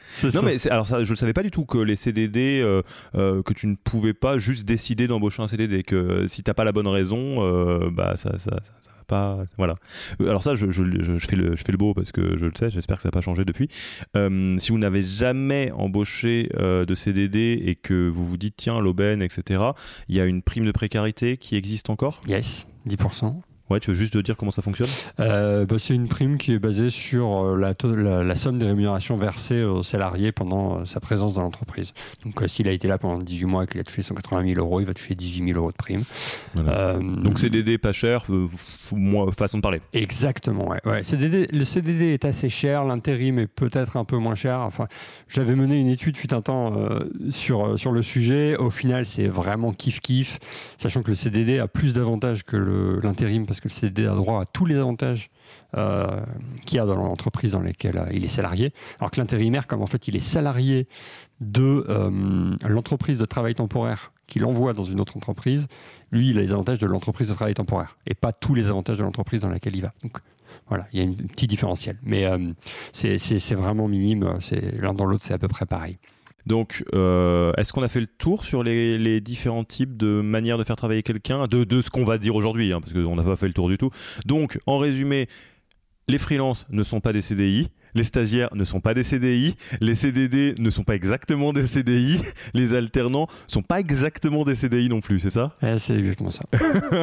Non ça. mais c'est, alors ça, je ne savais pas du tout que les C D D, euh, euh, que tu ne pouvais pas juste décider d'embaucher un C D D, que euh, si tu n'as pas la bonne raison, euh, bah ça, ça, ça, ça va pas. Voilà. Alors ça, je, je, je, je, fais le, je fais le beau parce que je le sais, j'espère que ça n'a pas changé depuis. Euh, si vous n'avez jamais embauché euh, de C D D et que vous vous dites tiens, l'aubaine, et cetera, il y a une prime de précarité qui existe encore ? Yes, dix pour cent. Ouais, tu veux juste dire comment ça fonctionne ? euh, bah, C'est une prime qui est basée sur la, la, la somme des rémunérations versées aux salariés pendant euh, sa présence dans l'entreprise. Donc euh, s'il a été là pendant dix-huit mois et qu'il a touché cent quatre-vingt mille euros, il va toucher dix-huit mille euros de prime. Voilà. Euh, Donc C D D pas cher, euh, f- moi, façon de parler. Exactement, ouais. ouais. C D D, le C D D est assez cher, l'intérim est peut-être un peu moins cher. Enfin, j'avais mené une étude fut un temps euh, sur, euh, sur le sujet. Au final, c'est vraiment kiff-kiff, sachant que le C D D a plus d'avantages que le, l'intérim, parce que le C D D a droit à tous les avantages euh, qu'il y a dans l'entreprise dans laquelle euh, il est salarié, alors que l'intérimaire, comme en fait il est salarié de euh, l'entreprise de travail temporaire qu'il envoie dans une autre entreprise, lui il a les avantages de l'entreprise de travail temporaire et pas tous les avantages de l'entreprise dans laquelle il va. Donc voilà, il y a un petit différentiel, mais euh, c'est, c'est, c'est vraiment minime, c'est, l'un dans l'autre c'est à peu près pareil. Donc, euh, est-ce qu'on a fait le tour sur les, les différents types de manières de faire travailler quelqu'un, de, de ce qu'on va dire aujourd'hui, hein, parce qu'on n'a pas fait le tour du tout. Donc, en résumé, les freelances ne sont pas des C D I, les stagiaires ne sont pas des C D I, les C D D ne sont pas exactement des C D I, les alternants ne sont pas exactement des C D I non plus, c'est ça ? Ouais, c'est exactement ça.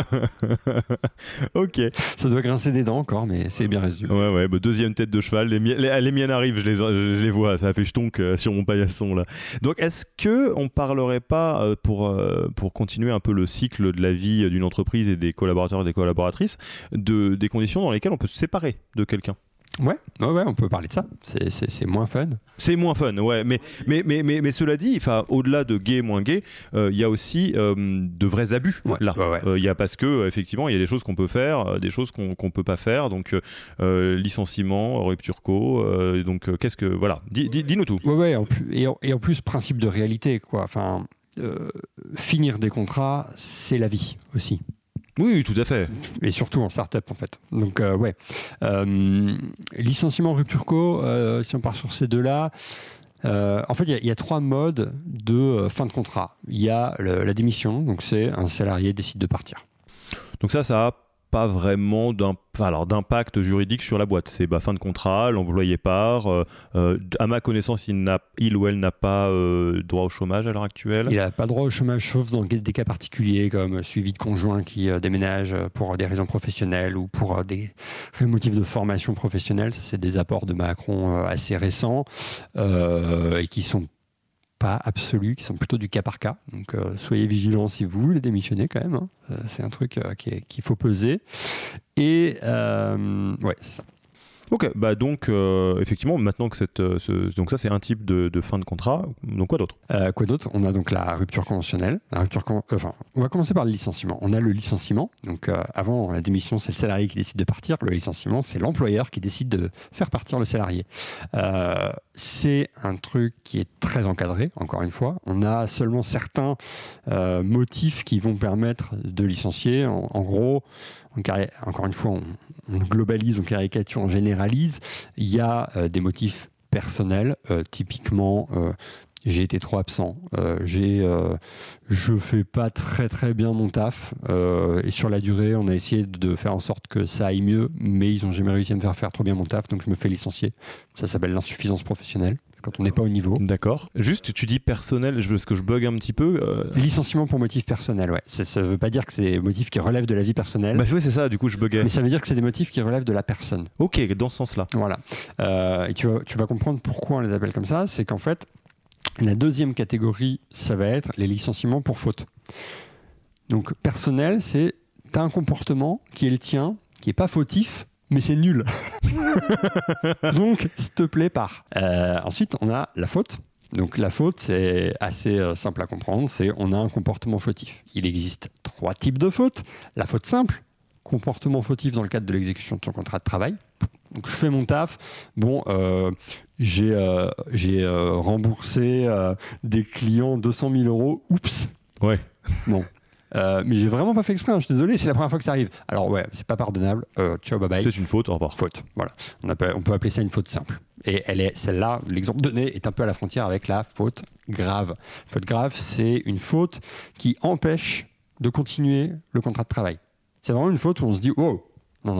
Ok. Ça doit grincer des dents encore, mais c'est bien résumé. Ouais, ouais, bah deuxième tête de cheval. Les, mi- les, les miennes arrivent, je les, je les vois, ça a fait jetonque euh, sur mon paillasson là. Donc, est-ce qu'on parlerait pas, euh, pour, euh, pour continuer un peu le cycle de la vie d'une entreprise et des collaborateurs et des collaboratrices, de, des conditions dans lesquelles on peut se séparer de quelqu'un ? Ouais, ouais, ouais, on peut parler de ça. C'est, c'est, c'est moins fun. C'est moins fun, ouais. Mais, mais, mais, mais, mais cela dit, au-delà de gay, moins gay, il euh, y a aussi euh, de vrais abus ouais, là. Il ouais, ouais. euh, y a parce que effectivement, il y a des choses qu'on peut faire, euh, des choses qu'on qu'on peut pas faire. Donc euh, licenciement, rupture co. Euh, donc euh, qu'est-ce que voilà. Dis, dis, dis-nous tout. Ouais, ouais. En plus, et, en, et en plus, principe de réalité, quoi. Enfin, euh, finir des contrats, c'est la vie aussi. Oui, tout à fait. Et surtout en start-up, en fait. Donc, euh, ouais. Euh, licenciement, rupture co, euh, si on part sur ces deux-là, euh, en fait, il y, y a trois modes de euh, fin de contrat. Il y a le, la démission, donc c'est un salarié décide de partir. Donc ça, ça a pas vraiment d'imp... enfin, alors, d'impact juridique sur la boîte. C'est bah, fin de contrat, l'employé part. Euh, euh, à ma connaissance, il, n'a, il ou elle n'a pas euh, droit au chômage à l'heure actuelle. Il n'a pas droit au chômage, sauf dans des cas particuliers, comme suivi de conjoint qui euh, déménage pour des raisons professionnelles ou pour euh, des motifs de formation professionnelle. Ça, c'est des apports de Macron euh, assez récents euh, et qui sont pas absolus, qui sont plutôt du cas par cas. Donc euh, soyez vigilants si vous voulez démissionner quand même. Hein. Euh, c'est un truc euh, qui est, qu'il faut peser. Et euh, ouais, c'est ça. Ok, bah donc euh, effectivement, maintenant que cette, euh, ce, donc ça c'est un type de, de fin de contrat. Donc quoi d'autre ? euh, Quoi d'autre ? On a donc la rupture conventionnelle. La rupture con... euh, enfin, on va commencer par le licenciement. On a le licenciement. Donc euh, avant la démission, c'est le salarié qui décide de partir. Le licenciement, c'est l'employeur qui décide de faire partir le salarié. Euh, c'est un truc qui est très encadré. Encore une fois, on a seulement certains euh, motifs qui vont permettre de licencier. En, en gros. Encore une fois, on, on globalise, on caricature, on généralise. Il y a euh, des motifs personnels, euh, typiquement, euh, j'ai été trop absent, euh, j'ai, euh, je fais pas très très bien mon taf, euh, et sur la durée, on a essayé de faire en sorte que ça aille mieux, mais ils n'ont jamais réussi à me faire faire trop bien mon taf, donc je me fais licencier. Ça s'appelle l'insuffisance professionnelle. Quand on n'est pas au niveau. D'accord. Juste, tu dis personnel, parce que je bug un petit peu. Euh... Licenciement pour motif personnel, ouais. Ça ne veut pas dire que c'est des motifs qui relèvent de la vie personnelle. Bah oui, c'est ça, du coup, je buguais. Mais ça veut dire que c'est des motifs qui relèvent de la personne. Ok, dans ce sens-là. Voilà. Euh, et tu vas, tu vas comprendre pourquoi on les appelle comme ça. C'est qu'en fait, la deuxième catégorie, ça va être les licenciements pour faute. Donc, personnel, c'est tu as un comportement qui est le tien, qui n'est pas fautif, mais c'est nul. Donc, s'il te plaît, pars. Euh, ensuite, on a la faute. Donc, la faute, c'est assez euh, simple à comprendre. C'est on a un comportement fautif. Il existe trois types de fautes. La faute simple, comportement fautif dans le cadre de l'exécution de son contrat de travail. Donc, je fais mon taf. Bon, euh, j'ai, euh, j'ai euh, remboursé euh, des clients deux cent mille euros. Oups. Ouais. Bon. Euh, mais j'ai vraiment pas fait exprès, hein, je suis désolé, c'est la première fois que ça arrive. Alors ouais, c'est pas pardonnable, euh, ciao, bye bye. C'est une faute, au revoir. Faute, voilà. On, appelle, on peut appeler ça une faute simple. et elle est, celle-là, l'exemple donné, est un peu à la frontière avec la faute grave. Faute grave, c'est une faute qui empêche de continuer le contrat de travail. C'est vraiment une faute où on se dit « wow ».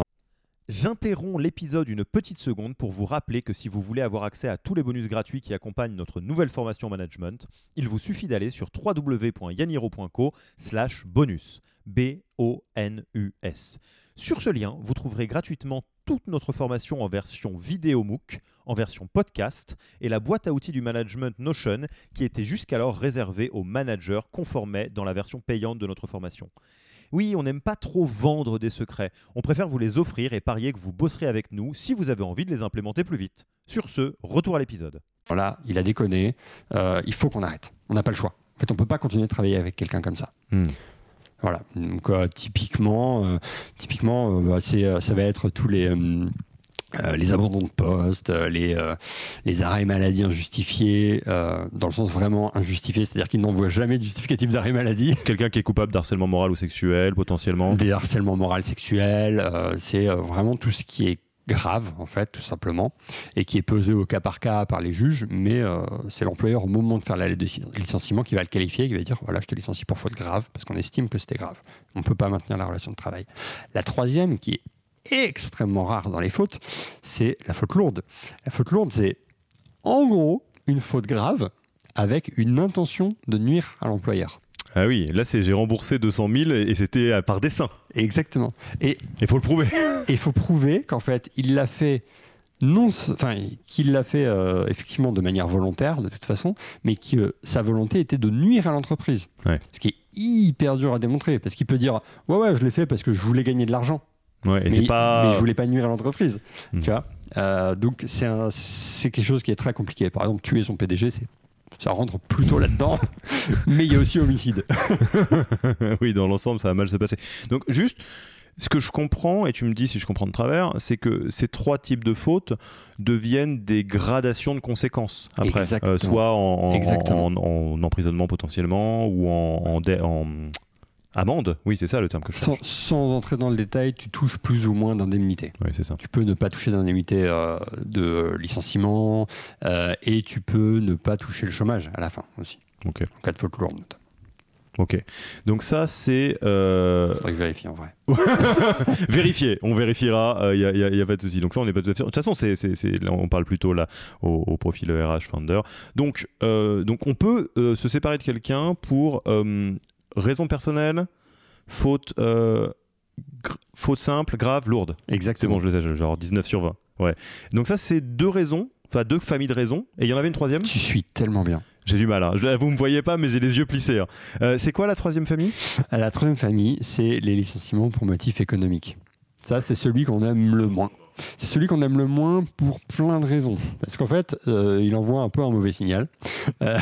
J'interromps l'épisode une petite seconde pour vous rappeler que si vous voulez avoir accès à tous les bonus gratuits qui accompagnent notre nouvelle formation management, il vous suffit d'aller sur w w w point yaniro point co slash bonus. B O N U S. Sur ce lien, vous trouverez gratuitement toute notre formation en version vidéo MOOC, en version podcast et la boîte à outils du management Notion qui était jusqu'alors réservée aux managers conformés dans la version payante de notre formation. Oui, on n'aime pas trop vendre des secrets. On préfère vous les offrir et parier que vous bosserez avec nous si vous avez envie de les implémenter plus vite. Sur ce, retour à l'épisode. Voilà, il a déconné. Euh, il faut qu'on arrête. On n'a pas le choix. En fait, on ne peut pas continuer de travailler avec quelqu'un comme ça. Hmm. Voilà. Donc, euh, typiquement, euh, typiquement euh, bah, c'est, euh, ça va être tous les... Euh, Euh, les abandons de poste, euh, les, euh, les arrêts maladie injustifiés, euh, dans le sens vraiment injustifié, c'est-à-dire qu'ils n'envoient jamais de justificatif d'arrêt maladie. Quelqu'un qui est coupable d'harcèlement moral ou sexuel, potentiellement. Des harcèlements moral sexuel, euh, c'est euh, vraiment tout ce qui est grave, en fait, tout simplement, et qui est pesé au cas par cas par les juges, mais euh, c'est l'employeur au moment de faire la lettre de licenciement qui va le qualifier, qui va dire, voilà, je te licencie pour faute grave, parce qu'on estime que c'était grave. On ne peut pas maintenir la relation de travail. La troisième, qui est extrêmement rare dans les fautes, c'est la faute lourde. La faute lourde, c'est en gros une faute grave avec une intention de nuire à l'employeur. Ah oui, là c'est j'ai remboursé deux cent mille et c'était par dessein. Exactement. Et il faut le prouver. Et il faut prouver qu'en fait il l'a fait non, enfin qu'il l'a fait euh, effectivement de manière volontaire de toute façon, mais que euh, sa volonté était de nuire à l'entreprise. Ouais. Ce qui est hyper dur à démontrer, parce qu'il peut dire ouais ouais je l'ai fait parce que je voulais gagner de l'argent. Ouais, et mais, c'est pas... mais je voulais pas nuire à l'entreprise, mmh. tu vois. Euh, donc c'est, un, c'est quelque chose qui est très compliqué. Par exemple, tuer son P D G, c'est, ça rentre plutôt là-dedans, mais il y a aussi homicide. Oui, dans l'ensemble, ça va mal se passer. Donc juste, ce que je comprends, et tu me dis si je comprends de travers, c'est que ces trois types de fautes deviennent des gradations de conséquences après, euh, soit en, en, en, en emprisonnement potentiellement ou en... en, dé, en amende, oui, c'est ça le terme que je cherche. Sans, sans entrer dans le détail, tu touches plus ou moins d'indemnité. Oui, c'est ça. Tu peux ne pas toucher d'indemnité euh, de licenciement euh, et tu peux ne pas toucher le chômage à la fin aussi. Ok. En cas de faute lourde notamment. Ok. Donc ça, c'est... Euh... Faudrait que je vérifie en vrai. Vérifier, on vérifiera, il euh, n'y a, a, a pas de souci. Donc ça, on n'est pas tout à fait... De toute façon, c'est, c'est, c'est... Là, on parle plutôt là au, au profil R H Founder. Donc, euh, donc on peut euh, se séparer de quelqu'un pour... Euh, raison personnelle, faute, euh, gr- faute simple, grave, lourde. Exactement. C'est bon, je les ai, genre dix-neuf sur vingt. Ouais. Donc ça, c'est deux raisons, enfin deux familles de raisons. Et il y en avait une troisième ? Tu suis tellement bien. J'ai du mal, hein. Je, vous me voyez pas, mais j'ai les yeux plissés. Hein. Euh, c'est quoi la troisième famille ? La troisième famille, c'est les licenciements pour motif économique. Ça, c'est celui qu'on aime le moins. C'est celui qu'on aime le moins pour plein de raisons. Parce qu'en fait, euh, il envoie un peu un mauvais signal, euh,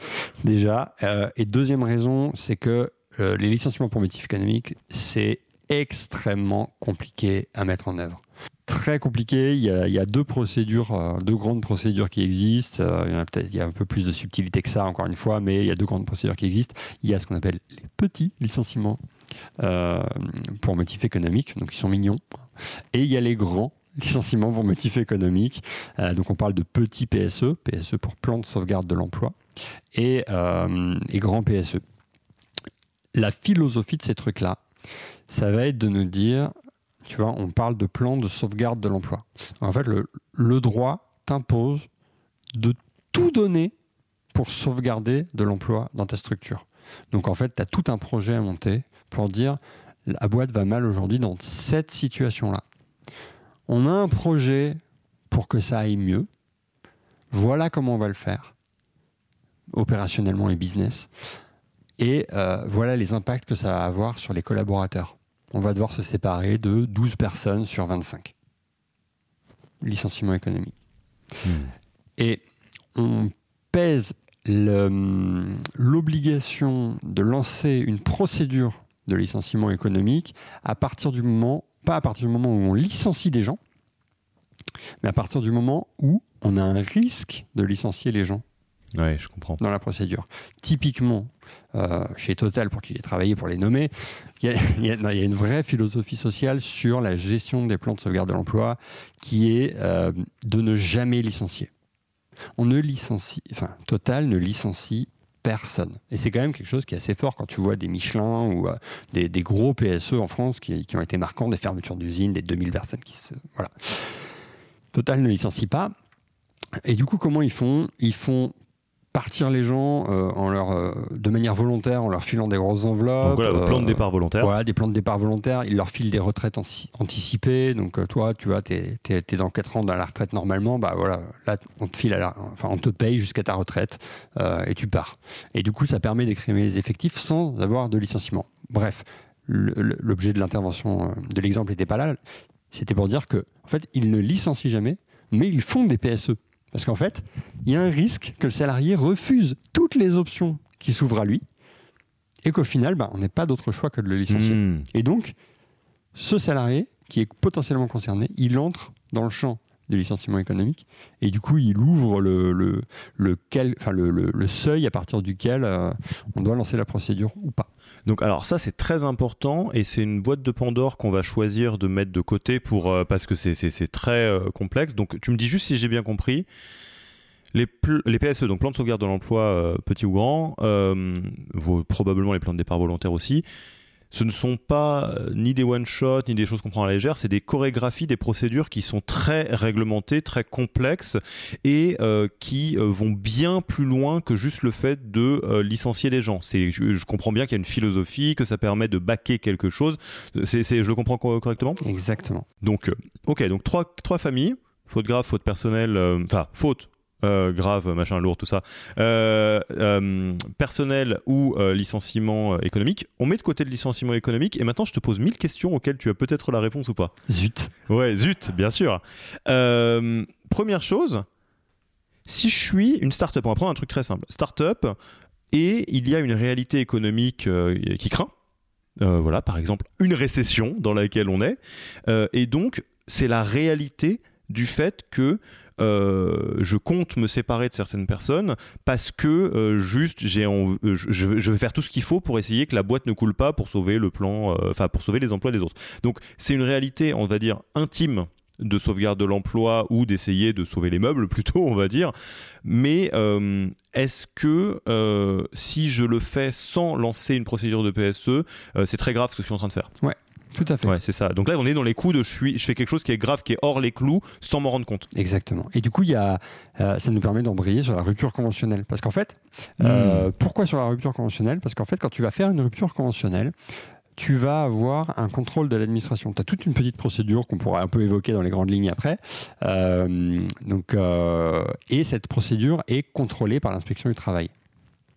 déjà. Euh, et deuxième raison, c'est que euh, les licenciements pour motif économique, c'est extrêmement compliqué à mettre en œuvre. Très compliqué, il y a, il y a deux procédures, euh, deux grandes procédures qui existent. Euh, il y en a peut-être, il y a un peu plus de subtilité que ça, encore une fois, mais il y a deux grandes procédures qui existent. Il y a ce qu'on appelle les petits licenciements euh, pour motif économique, donc ils sont mignons. Et il y a les grands licenciements pour motif économique. Euh, donc on parle de petits P S E, P S E pour plan de sauvegarde de l'emploi, et, euh, et grands P S E. La philosophie de ces trucs-là, ça va être de nous dire, tu vois, on parle de plan de sauvegarde de l'emploi. En fait, le, le droit t'impose de tout donner pour sauvegarder de l'emploi dans ta structure. Donc en fait, tu as tout un projet à monter pour dire, la boîte va mal aujourd'hui dans cette situation-là. On a un projet pour que ça aille mieux. Voilà comment on va le faire, opérationnellement et business. Et euh, voilà les impacts que ça va avoir sur les collaborateurs. On va devoir se séparer de douze personnes sur vingt-cinq. Licenciement économique. Mmh. Et on pèse le, l'obligation de lancer une procédure de licenciement économique à partir du moment, pas à partir du moment où on licencie des gens, mais à partir du moment où on a un risque de licencier les gens. Ouais, je comprends. Dans la procédure. Typiquement, euh, chez Total, pour qui j'ai travaillé pour les nommer, il y, y, y a une vraie philosophie sociale sur la gestion des plans de sauvegarde de l'emploi qui est euh, de ne jamais licencier. On ne licencie, enfin, Total ne licencie personne. Et c'est quand même quelque chose qui est assez fort quand tu vois des Michelin ou euh, des, des gros P S E en France qui, qui ont été marquants, des fermetures d'usines, des deux mille personnes qui se... Voilà. Total ne licencie pas. Et du coup, comment ils font ? Ils font partir les gens euh, en leur, euh, de manière volontaire en leur filant des grosses enveloppes. Donc voilà, le plan de départ volontaire. Voilà, des plans de départ volontaires. Ils leur filent des retraites anci- anticipées. Donc euh, toi, tu vois, t'es, t'es, t'es dans quatre ans dans la retraite normalement. Bah voilà, là, on te file à la, enfin, on te paye jusqu'à ta retraite euh, et tu pars. Et du coup, ça permet d'écrémer les effectifs sans avoir de licenciement. Bref, le, le, l'objet de l'intervention euh, de l'exemple n'était pas là. C'était pour dire que, en fait, ils ne licencient jamais, mais ils font des P S E. Parce qu'en fait, il y a un risque que le salarié refuse toutes les options qui s'ouvrent à lui et qu'au final, bah, on n'ait pas d'autre choix que de le licencier. Mmh. Et donc, ce salarié qui est potentiellement concerné, il entre dans le champ du licenciement économique et du coup, il ouvre le, le, le, quel, enfin, le, le, le seuil à partir duquel euh, on doit lancer la procédure ou pas. Donc alors ça c'est très important et c'est une boîte de Pandore qu'on va choisir de mettre de côté pour, euh, parce que c'est, c'est, c'est très euh, complexe. Donc tu me dis juste si j'ai bien compris, les, pl- les P S E, donc plan de sauvegarde de l'emploi euh, petit ou grand, euh, vos, probablement les plans de départ volontaire aussi, ce ne sont pas euh, ni des one-shots, ni des choses qu'on prend à la légère, c'est des chorégraphies, des procédures qui sont très réglementées, très complexes et euh, qui euh, vont bien plus loin que juste le fait de euh, licencier des gens. C'est, je, je comprends bien qu'il y a une philosophie, que ça permet de baquer quelque chose. C'est, c'est, je le comprends co- correctement ? Exactement. Donc, euh, ok, donc trois, trois familles, faute grave, faute personnelle, enfin, euh, faute. Euh, grave, machin, lourd, tout ça, euh, euh, personnel ou euh, licenciement économique. On met de côté le licenciement économique et maintenant je te pose mille questions auxquelles tu as peut-être la réponse ou pas. Zut. Ouais, zut, bien sûr. Euh, première chose, si je suis une start-up, on va prendre un truc très simple. Start-up, et il y a une réalité économique euh, qui craint. Euh, voilà, par exemple, une récession dans laquelle on est. Euh, et donc, c'est la réalité du fait que Euh, je compte me séparer de certaines personnes parce que euh, juste j'ai en, euh, je, je vais faire tout ce qu'il faut pour essayer que la boîte ne coule pas pour sauver le plan, enfin euh, pour sauver les emplois des autres. Donc c'est une réalité, on va dire, intime de sauvegarde de l'emploi ou d'essayer de sauver les meubles plutôt, on va dire. Mais euh, est-ce que euh, si je le fais sans lancer une procédure de P S E, euh, c'est très grave ce que je suis en train de faire? Ouais. Tout à fait. Ouais, c'est ça. Donc là, on est dans les coups de je, suis, je fais quelque chose qui est grave, qui est hors les clous, sans m'en rendre compte. Exactement. Et du coup, il y a, euh, ça nous permet d'embrayer sur la rupture conventionnelle. Parce qu'en fait, mmh. euh, pourquoi sur la rupture conventionnelle ? Parce qu'en fait, quand tu vas faire une rupture conventionnelle, tu vas avoir un contrôle de l'administration. Tu as toute une petite procédure qu'on pourra un peu évoquer dans les grandes lignes après. Euh, donc, euh, et cette procédure est contrôlée par l'inspection du travail. Pourquoi ?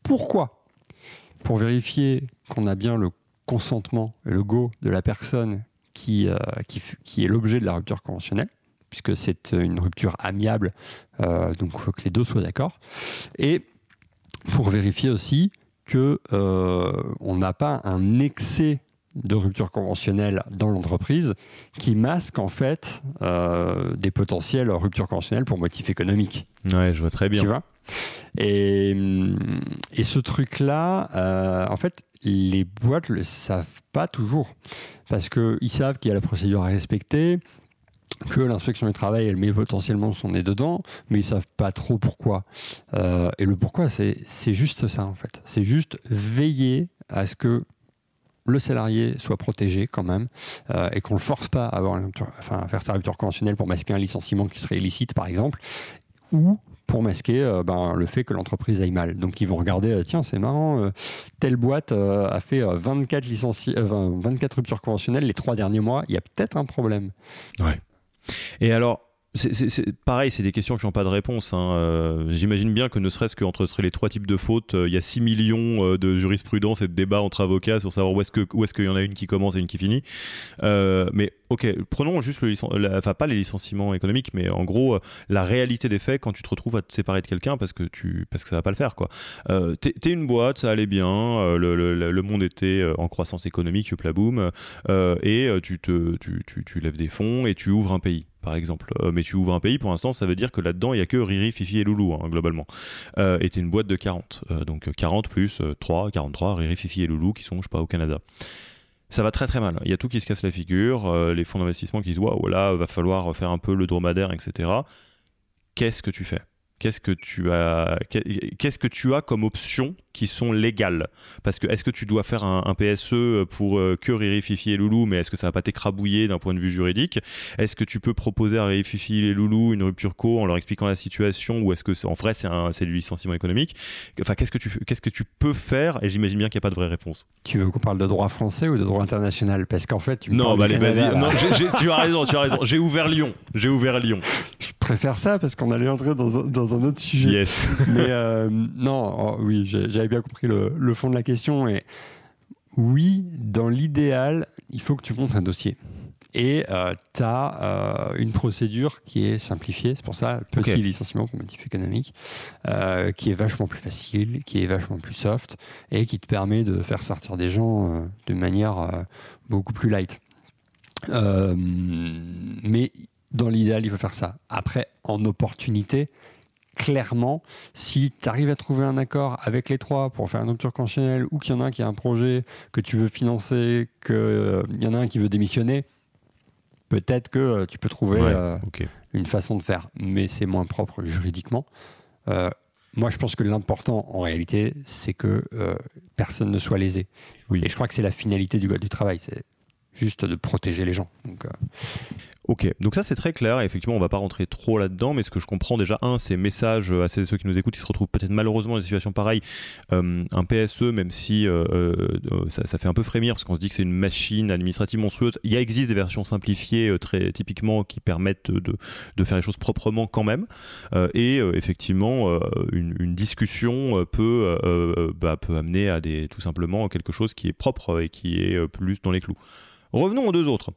Pour vérifier qu'on a bien le consentement et le go de la personne qui, euh, qui, qui est l'objet de la rupture conventionnelle, puisque c'est une rupture amiable, euh, donc il faut que les deux soient d'accord. Et pour vérifier aussi qu'on euh, n'a pas un excès de rupture conventionnelle dans l'entreprise qui masque en fait euh, des potentielles ruptures conventionnelles pour motif économique. Ouais, je vois très bien. Tu vois ? Et, et ce truc-là, euh, en fait, les boîtes ne le savent pas toujours parce qu'ils savent qu'il y a la procédure à respecter, que l'inspection du travail, elle met potentiellement son nez dedans, mais ils ne savent pas trop pourquoi. Euh, et le pourquoi, c'est, c'est juste ça, en fait. C'est juste veiller à ce que le salarié soit protégé quand même euh, et qu'on ne le force pas à, avoir une rupture, enfin, à faire sa rupture conventionnelle pour masquer un licenciement qui serait illicite, par exemple, ou pour masquer euh, ben, le fait que l'entreprise aille mal. Donc ils vont regarder, euh, tiens c'est marrant, euh, telle boîte euh, a fait euh, vingt-quatre, licenci- euh, vingt-quatre ruptures conventionnelles les trois derniers mois, il y a peut-être un problème. Ouais. Et alors, c'est, c'est, c'est pareil, c'est des questions qui n'ont pas de réponse. Hein. Euh, j'imagine bien que ne serait-ce qu'entre les trois types de fautes, il euh, y a six millions euh, de jurisprudence et de débats entre avocats sur savoir où est-ce, que, où est-ce qu'il y en a une qui commence et une qui finit. Euh, mais ok, prenons juste le licen- la, enfin pas les licenciements économiques, mais en gros euh, la réalité des faits quand tu te retrouves à te séparer de quelqu'un parce que tu parce que ça va pas le faire quoi. Euh, t'es, t'es une boîte, ça allait bien, euh, le, le, le monde était en croissance économique, plaboum, euh, et tu te tu, tu, tu lèves des fonds et tu ouvres un pays. par exemple. Euh, mais tu ouvres un pays, pour l'instant, ça veut dire que là-dedans, il n'y a que Riri, Fifi et Loulou, hein, globalement. Euh, et t'es une boîte de quarante. Euh, donc quarante plus euh, trois, quarante-trois, Riri, Fifi et Loulou qui sont, je sais pas, au Canada. Ça va très très mal. Il y a tout qui se casse la figure. Euh, les fonds d'investissement qui disent waouh, là, va falloir faire un peu le dromadaire, et cetera. Qu'est-ce que tu fais ? Qu'est-ce que tu as, qu'est-ce que tu as comme options qui sont légales ? Parce que est-ce que tu dois faire un, un P S E pour euh, que Riri, Fifi et Loulou, mais est-ce que ça va pas t'écrabouiller d'un point de vue juridique ? Est-ce que tu peux proposer à Riri, Fifi et Loulou une rupture co en leur expliquant la situation, ou est-ce que c'est, en vrai c'est, un, c'est du licenciement économique ? Enfin, qu'est-ce que tu, qu'est-ce que tu peux faire ? Et j'imagine bien qu'il n'y a pas de vraie réponse. Tu veux qu'on parle de droit français ou de droit international ? Parce qu'en fait, tu me non, parles bah du allez, Canada, vas-y. Non, j'ai, j'ai, tu as raison, tu as raison. J'ai ouvert Lyon. J'ai ouvert Lyon. Je préfère ça parce qu'on allait entrer dans, dans un autre sujet. Yes. Mais euh, non, oh, oui, j'avais bien compris le, le fond de la question. Et oui, dans l'idéal, il faut que tu montes un dossier. Et euh, tu as euh, une procédure qui est simplifiée, c'est pour ça, petit okay. licenciement pour motif économique, euh, qui est vachement plus facile, qui est vachement plus soft, et qui te permet de faire sortir des gens euh, de manière euh, beaucoup plus light. Euh, mais dans l'idéal, il faut faire ça. Après, en opportunité, clairement, si tu arrives à trouver un accord avec les trois pour faire une rupture conventionnelle, ou qu'il y en a un qui a un projet que tu veux financer, qu'il euh, y en a un qui veut démissionner, peut-être que euh, tu peux trouver ouais, euh, okay. une façon de faire. Mais c'est moins propre juridiquement. Euh, moi, je pense que l'important, en réalité, c'est que euh, personne ne soit lésé. Oui. Et je crois que c'est la finalité du code du travail. C'est juste de protéger les gens. Donc, euh... Ok, donc ça c'est très clair, et effectivement on va pas rentrer trop là-dedans, mais ce que je comprends déjà, un, c'est message à celles et ceux qui nous écoutent, qui se retrouvent peut-être malheureusement dans des situations pareilles, euh, un P S E, même si euh, euh, ça, ça fait un peu frémir, parce qu'on se dit que c'est une machine administrative monstrueuse, il y a, existe des versions simplifiées euh, très typiquement qui permettent de, de faire les choses proprement quand même, euh, et euh, effectivement euh, une, une discussion peut, euh, bah, peut amener à des, tout simplement quelque chose qui est propre et qui est plus dans les clous. Revenons aux deux autres.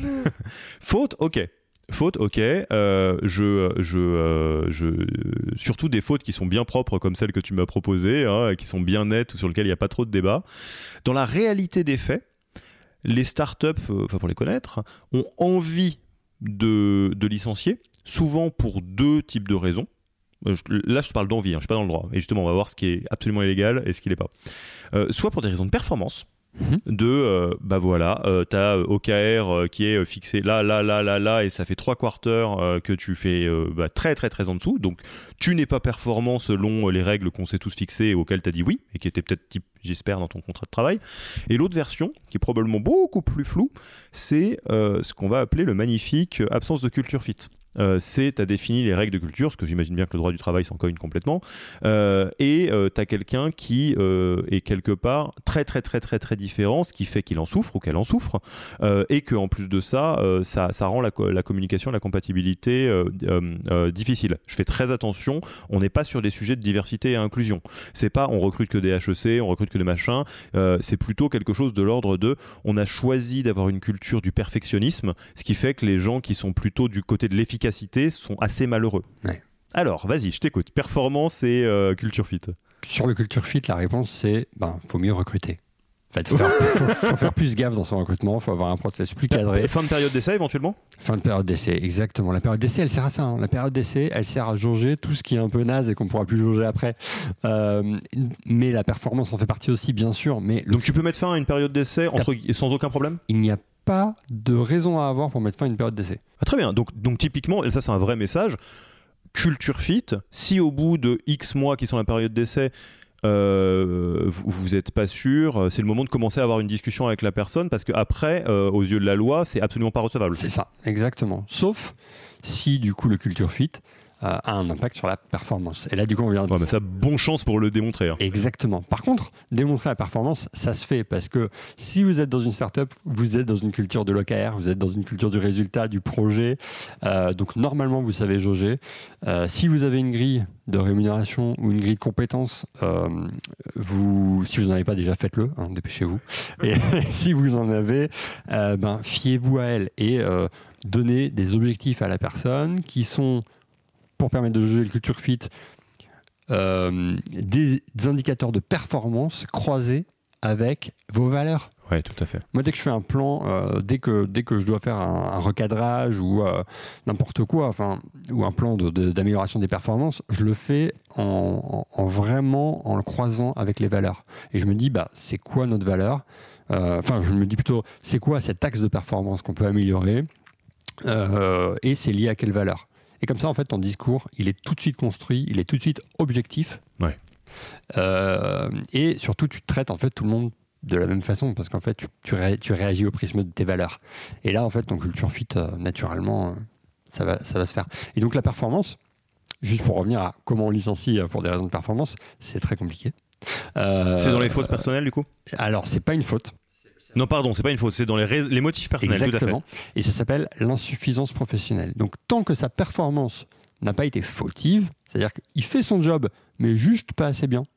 Faute, ok. Faute, ok. Euh, je, je, euh, je, surtout des fautes qui sont bien propres comme celles que tu m'as proposées, hein, qui sont bien nettes ou sur lesquelles il n'y a pas trop de débat. Dans la réalité des faits, les startups, euh, enfin pour les connaître, ont envie de, de licencier, souvent pour deux types de raisons. Euh, je, là, je parle d'envie, hein, je ne suis pas dans le droit. Et justement, on va voir ce qui est absolument illégal et ce qui ne l'est pas. Euh, soit pour des raisons de performance. Mmh. De euh, bah voilà, euh, t'as O K R euh, qui est fixé là, là, là, là, là, et ça fait trois quarters euh, que tu fais euh, bah, très, très, très en dessous. Donc, tu n'es pas performant selon les règles qu'on s'est tous fixées et auxquelles t'as dit oui, et qui étaient peut-être type, j'espère, dans ton contrat de travail. Et l'autre version, qui est probablement beaucoup plus floue, c'est euh, ce qu'on va appeler le magnifique absence de culture fit. Euh, c'est tu as défini les règles de culture, ce que j'imagine bien que le droit du travail s'en cogne complètement, euh, et euh, tu as quelqu'un qui euh, est quelque part très très très très très différent, ce qui fait qu'il en souffre ou qu'elle en souffre, euh, et qu'en plus de ça, euh, ça, ça rend la, la communication, la compatibilité euh, euh, euh, difficile. Je fais très attention, on n'est pas sur des sujets de diversité et inclusion. C'est pas on recrute que des H E C, on recrute que des machins, euh, c'est plutôt quelque chose de l'ordre de on a choisi d'avoir une culture du perfectionnisme, ce qui fait que les gens qui sont plutôt du côté de l'efficacité sont assez malheureux. Ouais. Alors, vas-y, je t'écoute. Performance et euh, culture fit. Sur le culture fit, la réponse, c'est ben, faut mieux recruter. En fait, il faut, faut, faut faire plus gaffe dans son recrutement, il faut avoir un process plus cadré. Fin de période d'essai, éventuellement ? Fin de période d'essai, exactement. La période d'essai, elle sert à ça. Hein. La période d'essai, elle sert à jauger tout ce qui est un peu naze et qu'on ne pourra plus jauger après. Euh, mais la performance en fait partie aussi, bien sûr. Mais Donc, tu peux mettre fin à une période d'essai entre... sans aucun problème ? Il n'y a pas de raison à avoir pour mettre fin à une période d'essai. Ah, très bien. Donc, donc typiquement, et ça c'est un vrai message, culture fit, si au bout de X mois qui sont la période d'essai, euh, vous n'êtes pas sûr, c'est le moment de commencer à avoir une discussion avec la personne parce qu'après, euh, aux yeux de la loi, c'est absolument pas recevable. C'est ça, exactement. Sauf si du coup le culture fit euh, a un impact sur la performance. Et là, du coup, on vient de... Ouais, mais ça, bonne chance pour le démontrer. Hein. Exactement. Par contre, démontrer la performance, ça se fait parce que si vous êtes dans une startup, vous êtes dans une culture de l'O K R, vous êtes dans une culture du résultat, du projet. Euh, donc, normalement, vous savez jauger. Euh, si vous avez une grille de rémunération ou une grille de compétences, euh, vous, si vous n'en avez pas déjà, faites-le, hein, dépêchez-vous. Et si vous en avez, euh, ben, fiez-vous à elle et euh, donnez des objectifs à la personne qui sont, pour permettre de juger le culture fit, euh, des, des indicateurs de performance croisés avec vos valeurs. Ouais, tout à fait. Moi, dès que je fais un plan, euh, dès, que, dès que je dois faire un, un recadrage ou euh, n'importe quoi, enfin, ou un plan de, de, d'amélioration des performances, je le fais en, en, en vraiment en le croisant avec les valeurs. Et je me dis, bah, c'est quoi notre valeur ? Enfin, euh, je me dis plutôt, c'est quoi cet axe de performance qu'on peut améliorer euh, et c'est lié à quelle valeur ? Et comme ça, en fait, ton discours, il est tout de suite construit, il est tout de suite objectif. Ouais. Euh, et surtout, tu traites en fait tout le monde de la même façon, parce qu'en fait, tu, tu, ré, tu réagis au prisme de tes valeurs. Et là, en fait, ton culture fit, euh, naturellement, euh, ça, va, ça va se faire. Et donc, la performance, juste pour revenir à comment on licencie pour des raisons de performance, c'est très compliqué. Euh, c'est dans les fautes personnelles, du coup ? Alors, c'est pas une faute. Non, pardon, c'est pas une faute, c'est dans les, rais- les motifs personnels. Exactement. Tout à fait. Et ça s'appelle l'insuffisance professionnelle. Donc, tant que sa performance n'a pas été fautive, c'est-à-dire qu'il fait son job, mais juste pas assez bien,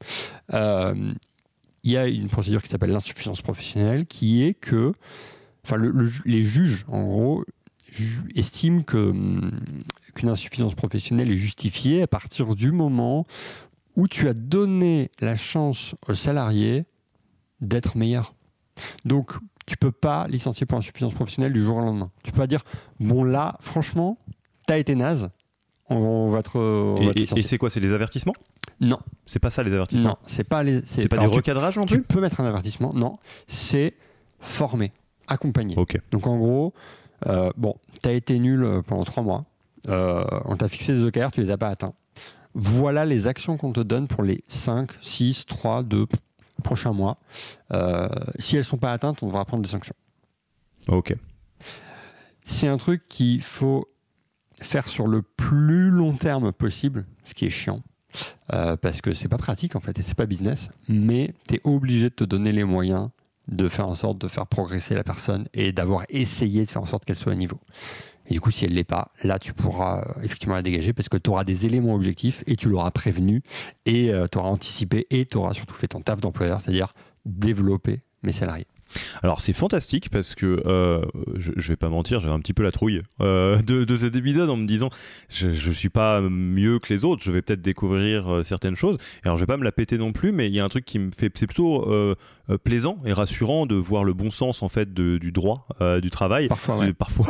euh, il y a une procédure qui s'appelle l'insuffisance professionnelle, qui est que, enfin, le, le, les juges, en gros, ju- estiment que, qu'une insuffisance professionnelle est justifiée à partir du moment où tu as donné la chance au salarié d'être meilleur. Donc, tu peux pas licencier pour insuffisance professionnelle du jour au lendemain. Tu peux pas dire, bon là, franchement, t'as été naze, on va te, on et, va te et, et c'est quoi ? C'est des avertissements ? Non. C'est pas ça les avertissements ? Non, c'est pas les. C'est, c'est pas alors, des recadrages non tu, plus ? Tu peux mettre un avertissement, non. C'est former, accompagner. Ok. Donc en gros, euh, bon, t'as été nul pendant trois mois, euh, on t'a fixé des O K R, tu les as pas atteints. Voilà les actions qu'on te donne pour les cinq, six, trois, deux prochains mois. Euh, si elles sont pas atteintes, on devra prendre des sanctions. Ok. C'est un truc qu'il faut faire sur le plus long terme possible, ce qui est chiant. Euh, parce que c'est pas pratique en fait et c'est pas business, mais tu es obligé de te donner les moyens de faire en sorte de faire progresser la personne et d'avoir essayé de faire en sorte qu'elle soit à niveau. Et du coup, si elle l'est pas, là tu pourras euh, effectivement la dégager parce que tu auras des éléments objectifs et tu l'auras prévenu et euh, tu auras anticipé et tu auras surtout fait ton taf d'employeur, c'est-à-dire développer mes salariés. Alors c'est fantastique parce que euh, je, je vais pas mentir, j'avais un petit peu la trouille euh, de, de cet épisode en me disant je, je suis pas mieux que les autres, je vais peut-être découvrir euh, certaines choses. Et alors je vais pas me la péter non plus, mais il y a un truc qui me fait, c'est plutôt euh, euh, plaisant et rassurant de voir le bon sens en fait de, du droit euh, du travail. Parfois, ouais. Parfois.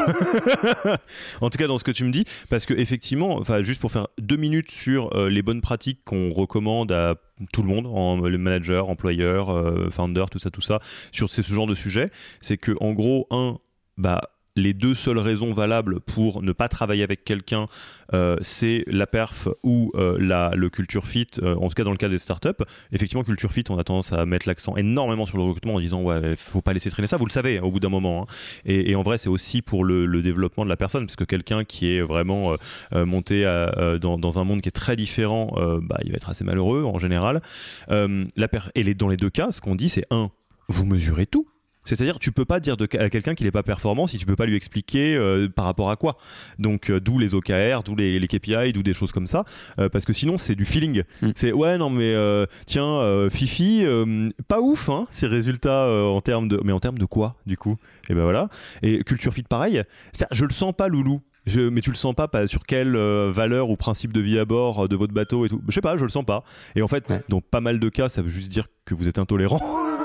En tout cas dans ce que tu me dis, parce que effectivement, enfin juste pour faire deux minutes sur euh, les bonnes pratiques qu'on recommande à tout le monde, en, le manager, employeur, euh, founder, tout ça, tout ça, sur ces, ce genre de sujet, c'est que en gros, un, bah les deux seules raisons valables pour ne pas travailler avec quelqu'un, euh, c'est la perf ou euh, la, le culture fit, euh, en tout cas dans le cas des startups. Effectivement, culture fit, on a tendance à mettre l'accent énormément sur le recrutement en disant ouais, faut pas laisser traîner ça, vous le savez, hein, au bout d'un moment. Hein. Et, et en vrai, c'est aussi pour le, le développement de la personne, parce que quelqu'un qui est vraiment euh, monté à, euh, dans, dans un monde qui est très différent, euh, bah, il va être assez malheureux en général. Euh, la per- et les, dans les deux cas, ce qu'on dit, c'est un, vous mesurez tout. C'est-à-dire, tu peux pas dire de, à quelqu'un qu'il n'est pas performant si tu peux pas lui expliquer euh, par rapport à quoi. Donc, euh, d'où les O K R, d'où les, les K P I, d'où des choses comme ça. Euh, parce que sinon, c'est du feeling. Mm. C'est ouais, non, mais euh, tiens, euh, Fifi, euh, pas ouf, hein, ces résultats euh, en termes de. Mais en termes de quoi, du coup ? Et ben voilà. Et culture fit, pareil. Ça, je le sens pas, Loulou. Je, mais tu le sens pas, pas sur quelle euh, valeur ou principe de vie à bord euh, de votre bateau et tout. Je sais pas, je le sens pas. Et en fait, ouais. Dans pas mal de cas, ça veut juste dire que vous êtes intolérant.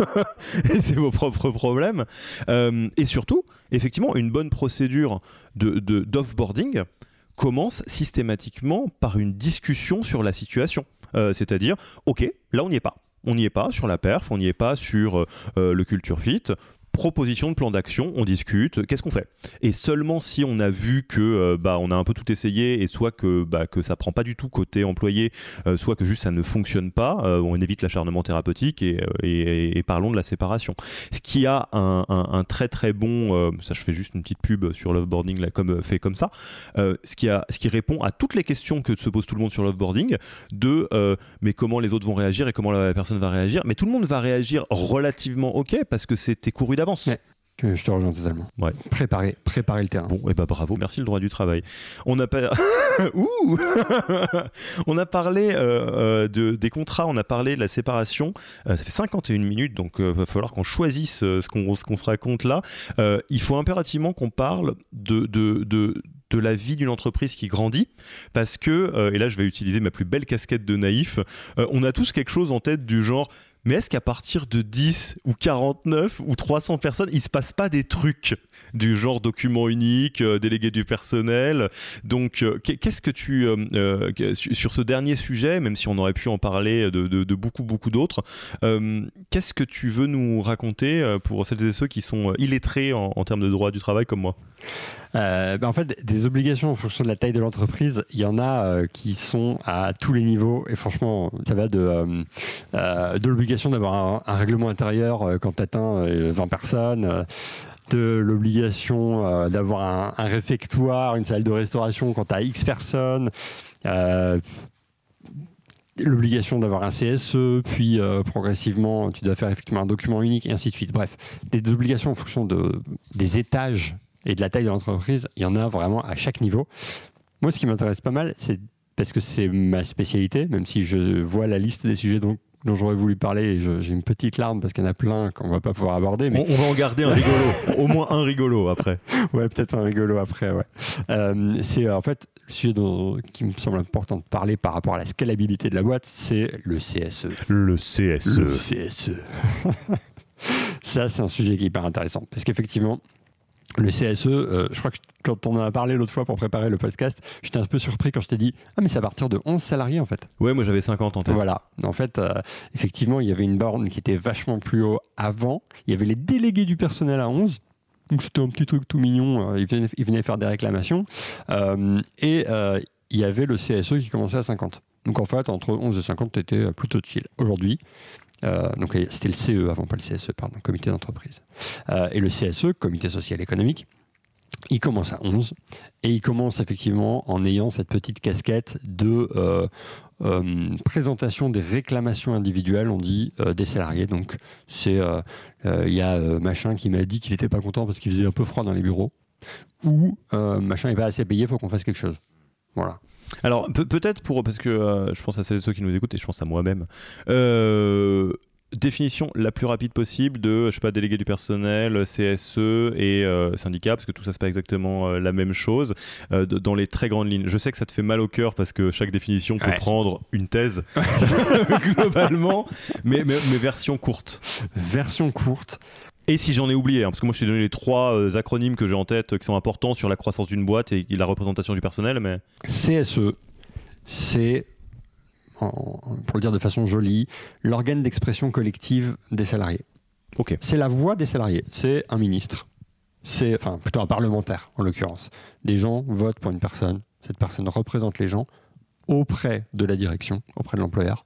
Et c'est vos propres problèmes. Euh, et surtout, effectivement, une bonne procédure de, de, d'offboarding commence systématiquement par une discussion sur la situation. Euh, c'est-à-dire, ok, là on n'y est pas. On n'y est pas sur la perf, on n'y est pas sur euh, le culture fit. Proposition de plan d'action, on discute, qu'est-ce qu'on fait ? Et seulement si on a vu que euh, bah, on a un peu tout essayé et soit que, bah, que ça prend pas du tout côté employé, euh, soit que juste ça ne fonctionne pas, euh, on évite l'acharnement thérapeutique et, et, et parlons de la séparation. Ce qui a un, un, un très très bon, euh, ça je fais juste une petite pub sur l'offboarding là, comme, fait comme ça, euh, ce, qui a, ce qui répond à toutes les questions que se pose tout le monde sur l'offboarding, de euh, mais comment les autres vont réagir et comment la, la personne va réagir, mais tout le monde va réagir relativement ok parce que c'était couru d'avance. Ouais, je te rejoins totalement. Ouais. Préparer, préparer le terrain. Bon, et bah bravo, merci le droit du travail. On a pas... Ouh on a parlé euh, de, des contrats, on a parlé de la séparation. Euh, ça fait cinquante et une minutes, donc il euh, va falloir qu'on choisisse euh, ce, qu'on, ce qu'on se raconte là. Euh, il faut impérativement qu'on parle de... de, de de la vie d'une entreprise qui grandit, parce que, euh, et là je vais utiliser ma plus belle casquette de naïf, euh, on a tous quelque chose en tête du genre, Mais est-ce qu'à partir de dix ou quarante-neuf ou trois cents personnes, il ne se passe pas des trucs du genre document unique, euh, délégué du personnel? Donc, euh, qu'est-ce que tu, euh, euh, sur ce dernier sujet, même si on aurait pu en parler de, de, de beaucoup, beaucoup d'autres, euh, qu'est-ce que tu veux nous raconter pour celles et ceux qui sont illettrés en, en termes de droit du travail comme moi? Euh, ben en fait, des obligations en fonction de la taille de l'entreprise, il y en a euh, qui sont à tous les niveaux. Et franchement, ça va de, euh, euh, de l'obligation d'avoir un, un règlement intérieur euh, quand tu atteins euh, vingt personnes, euh, de l'obligation euh, d'avoir un, un réfectoire, une salle de restauration quand tu as X personnes, euh, l'obligation d'avoir un C S E, puis euh, progressivement, tu dois faire effectivement un document unique, et ainsi de suite. Bref, des obligations en fonction de, des étages et de la taille de l'entreprise, il y en a vraiment à chaque niveau. Moi, ce qui m'intéresse pas mal, c'est parce que c'est ma spécialité, même si je vois la liste des sujets dont, dont j'aurais voulu parler, et je, j'ai une petite larme parce qu'il y en a plein qu'on va pas pouvoir aborder. Mais... On, on va en garder un rigolo, au moins un rigolo après. Ouais, peut-être un rigolo après, ouais. Euh, c'est en fait le sujet dont, qui me semble important de parler par rapport à la scalabilité de la boîte, c'est le C S E. Le C S E. Le C S E. Ça, c'est un sujet qui est hyper intéressant parce qu'effectivement, le C S E, euh, je crois que quand on en a parlé l'autre fois pour préparer le podcast, j'étais un peu surpris quand je t'ai dit « Ah mais c'est à partir de onze salariés en fait ». Ouais, moi j'avais cinquante en tête. Voilà, en fait, euh, effectivement, il y avait une borne qui était vachement plus haut avant. Il y avait les délégués du personnel à onze. Donc c'était un petit truc tout mignon, ils venaient, ils venaient faire des réclamations. Euh, et euh, il y avait le C S E qui commençait à cinquante. Donc en fait, entre onze et cinquante, tu étais plutôt chill. Aujourd'hui, Euh, donc c'était le C E avant, pas le C S E, pardon, comité d'entreprise. Euh, et le C S E, comité social économique, il commence à onze et il commence effectivement en ayant cette petite casquette de euh, euh, présentation des réclamations individuelles, on dit, euh, des salariés. Donc c'est, il euh, euh, y a euh, machin qui m'a dit qu'il n'était pas content parce qu'il faisait un peu froid dans les bureaux, ou euh, machin n'est pas assez payé, il faut qu'on fasse quelque chose. Voilà. Alors pe- peut-être pour, parce que euh, je pense à celles et ceux qui nous écoutent et je pense à moi-même, euh, définition la plus rapide possible de, je sais pas, délégué du personnel, C S E et euh, syndicat, parce que tout ça c'est pas exactement euh, la même chose, euh, de, dans les très grandes lignes. Je sais que ça te fait mal au cœur parce que chaque définition peut ouais. prendre une thèse globalement, mais, mais, mais version courte. Version courte. Et si j'en ai oublié, hein, parce que moi je t'ai donné les trois euh, acronymes que j'ai en tête euh, qui sont importants sur la croissance d'une boîte et, et la représentation du personnel, mais... C S E, c'est, en, pour le dire de façon jolie, l'organe d'expression collective des salariés. Okay. C'est la voix des salariés, c'est un ministre, c'est, enfin plutôt un parlementaire en l'occurrence. Des gens votent pour une personne, cette personne représente les gens auprès de la direction, auprès de l'employeur.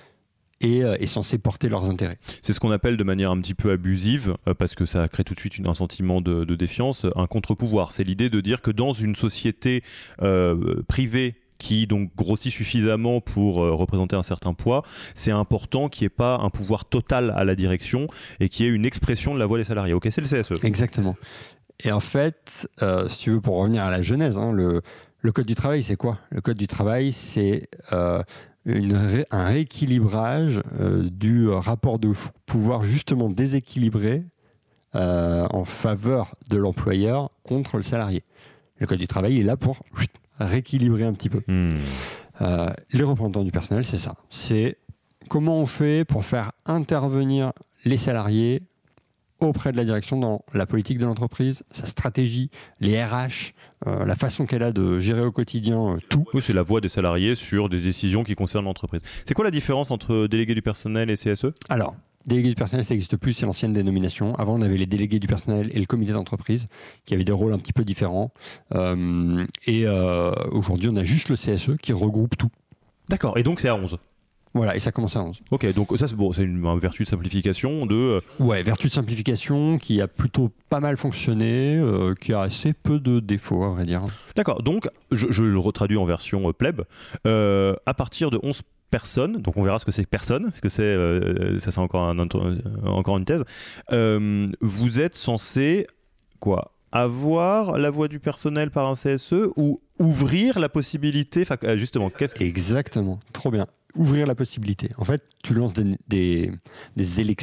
Et euh, est censé porter leurs intérêts. C'est ce qu'on appelle de manière un petit peu abusive, euh, parce que ça crée tout de suite une, un sentiment de, de défiance, un contre-pouvoir. C'est l'idée de dire que dans une société euh, privée qui donc grossit suffisamment pour euh, représenter un certain poids, c'est important qu'il n'y ait pas un pouvoir total à la direction et qu'il y ait une expression de la voix des salariés. Ok, c'est le C S E. Exactement. Et en fait, euh, si tu veux, pour revenir à la genèse, hein, le, le Code du travail, c'est quoi ? Le Code du travail, c'est... Euh, Une ré, un rééquilibrage euh, du rapport de f- pouvoir justement déséquilibré euh, en faveur de l'employeur contre le salarié. Le Code du travail est là pour chut, rééquilibrer un petit peu. Mmh. Euh, les représentants du personnel, c'est ça. C'est comment on fait pour faire intervenir les salariés auprès de la direction dans la politique de l'entreprise, sa stratégie, les R H, euh, la façon qu'elle a de gérer au quotidien euh, tout. Oui, c'est la voix des salariés sur des décisions qui concernent l'entreprise. C'est quoi la différence entre délégué du personnel et C S E ? Alors, délégué du personnel, ça n'existe plus, c'est l'ancienne dénomination. Avant, on avait les délégués du personnel et le comité d'entreprise qui avaient des rôles un petit peu différents. Euh, et euh, aujourd'hui, on a juste le C S E qui regroupe tout. D'accord, et donc c'est à onze. Voilà, et ça commence à onze. Ok, donc ça c'est, bon, c'est une, une vertu de simplification de... Euh... Ouais, vertu de simplification qui a plutôt pas mal fonctionné, euh, qui a assez peu de défauts, à vrai dire. D'accord, donc je, je le retraduis en version euh, pleb. Euh, à partir de onze personnes, donc on verra ce que c'est personne, ce que c'est, euh, ça c'est encore, un, euh, encore une thèse, euh, vous êtes censé, quoi, avoir la voix du personnel par un C S E ou ouvrir la possibilité, enfin justement, qu'est-ce que... Exactement, trop bien. Ouvrir la possibilité. En fait, tu lances des, des, des élections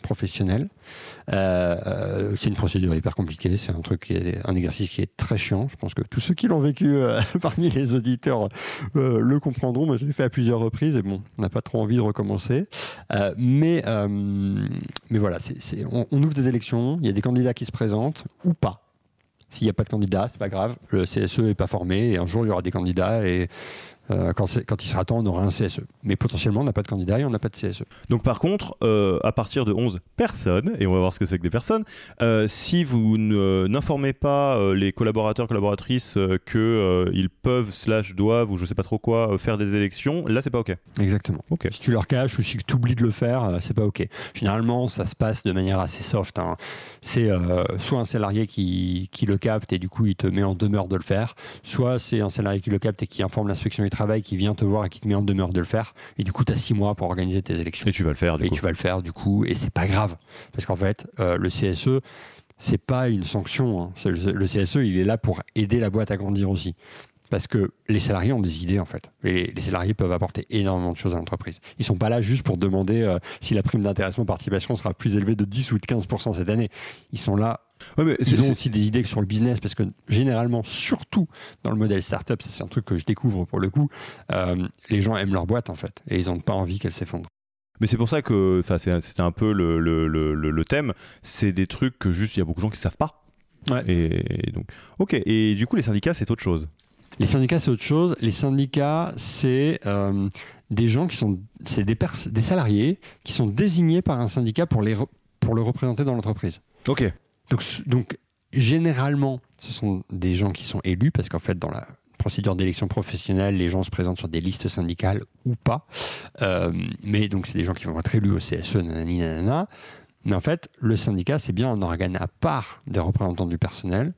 professionnelle. Euh, euh, c'est une procédure hyper compliquée, c'est un truc qui est un exercice qui est très chiant. Je pense que tous ceux qui l'ont vécu euh, parmi les auditeurs euh, le comprendront. Moi, je l'ai fait à plusieurs reprises et bon, on n'a pas trop envie de recommencer. Euh, mais, euh, mais voilà, c'est, c'est, on, on ouvre des élections, il y a des candidats qui se présentent ou pas. S'il n'y a pas de candidat, c'est pas grave, le C S E n'est pas formé et un jour il y aura des candidats et euh, quand, c'est, quand il sera temps, on aura un C S E. Mais potentiellement, on n'a pas de candidat et on n'a pas de C S E. Donc par contre, euh, à partir de onze personnes, et on va voir ce que c'est que des personnes, euh, si vous ne, n'informez pas euh, les collaborateurs, collaboratrices euh, qu'ils euh, peuvent, slash doivent, ou je sais pas trop quoi, euh, faire des élections, là c'est pas OK. Exactement. Okay. Si tu leur caches ou si tu oublies de le faire, euh, c'est pas OK. Généralement, ça se passe de manière assez soft. Hein. C'est euh, soit un salarié qui, qui le capte et du coup il te met en demeure de le faire, soit c'est un salarié qui le capte et qui informe l'inspection du travail, qui vient te voir et qui te met en demeure de le faire. Et du coup, tu as six mois pour organiser tes élections. Et tu vas le faire, du et coup. tu vas le faire, du coup. Et c'est pas grave. Parce qu'en fait, euh, le C S E, c'est pas une sanction. Hein. C'est le, le C S E, il est là pour aider la boîte à grandir aussi. Parce que les salariés ont des idées, en fait. Et les salariés peuvent apporter énormément de choses à l'entreprise. Ils ne sont pas là juste pour demander euh, si la prime d'intéressement participation sera plus élevée de dix ou de quinze pour cent cette année. Ils sont là. Ouais, mais Ils c'est, ont c'est... aussi des idées sur le business parce que généralement, surtout dans le modèle startup, c'est un truc que je découvre pour le coup, euh, les gens aiment leur boîte en fait et ils n'ont pas envie qu'elle s'effondre. Mais c'est pour ça que c'est, c'était un peu le, le, le, le thème. C'est des trucs que juste il y a beaucoup de gens qui ne savent pas. Ouais. Et donc, ok. Et du coup, les syndicats, c'est autre chose. Les syndicats, c'est autre chose. Les syndicats, c'est euh, des gens qui sont, c'est des, pers- des salariés qui sont désignés par un syndicat pour, les re- pour le représenter dans l'entreprise. Ok. Donc, donc, généralement, ce sont des gens qui sont élus, parce qu'en fait, dans la procédure d'élection professionnelle, les gens se présentent sur des listes syndicales ou pas. Euh, mais donc, c'est des gens qui vont être élus au C S E, nanani, nanana. Mais en fait, le syndicat, c'est bien un organe à part des représentants du personnel.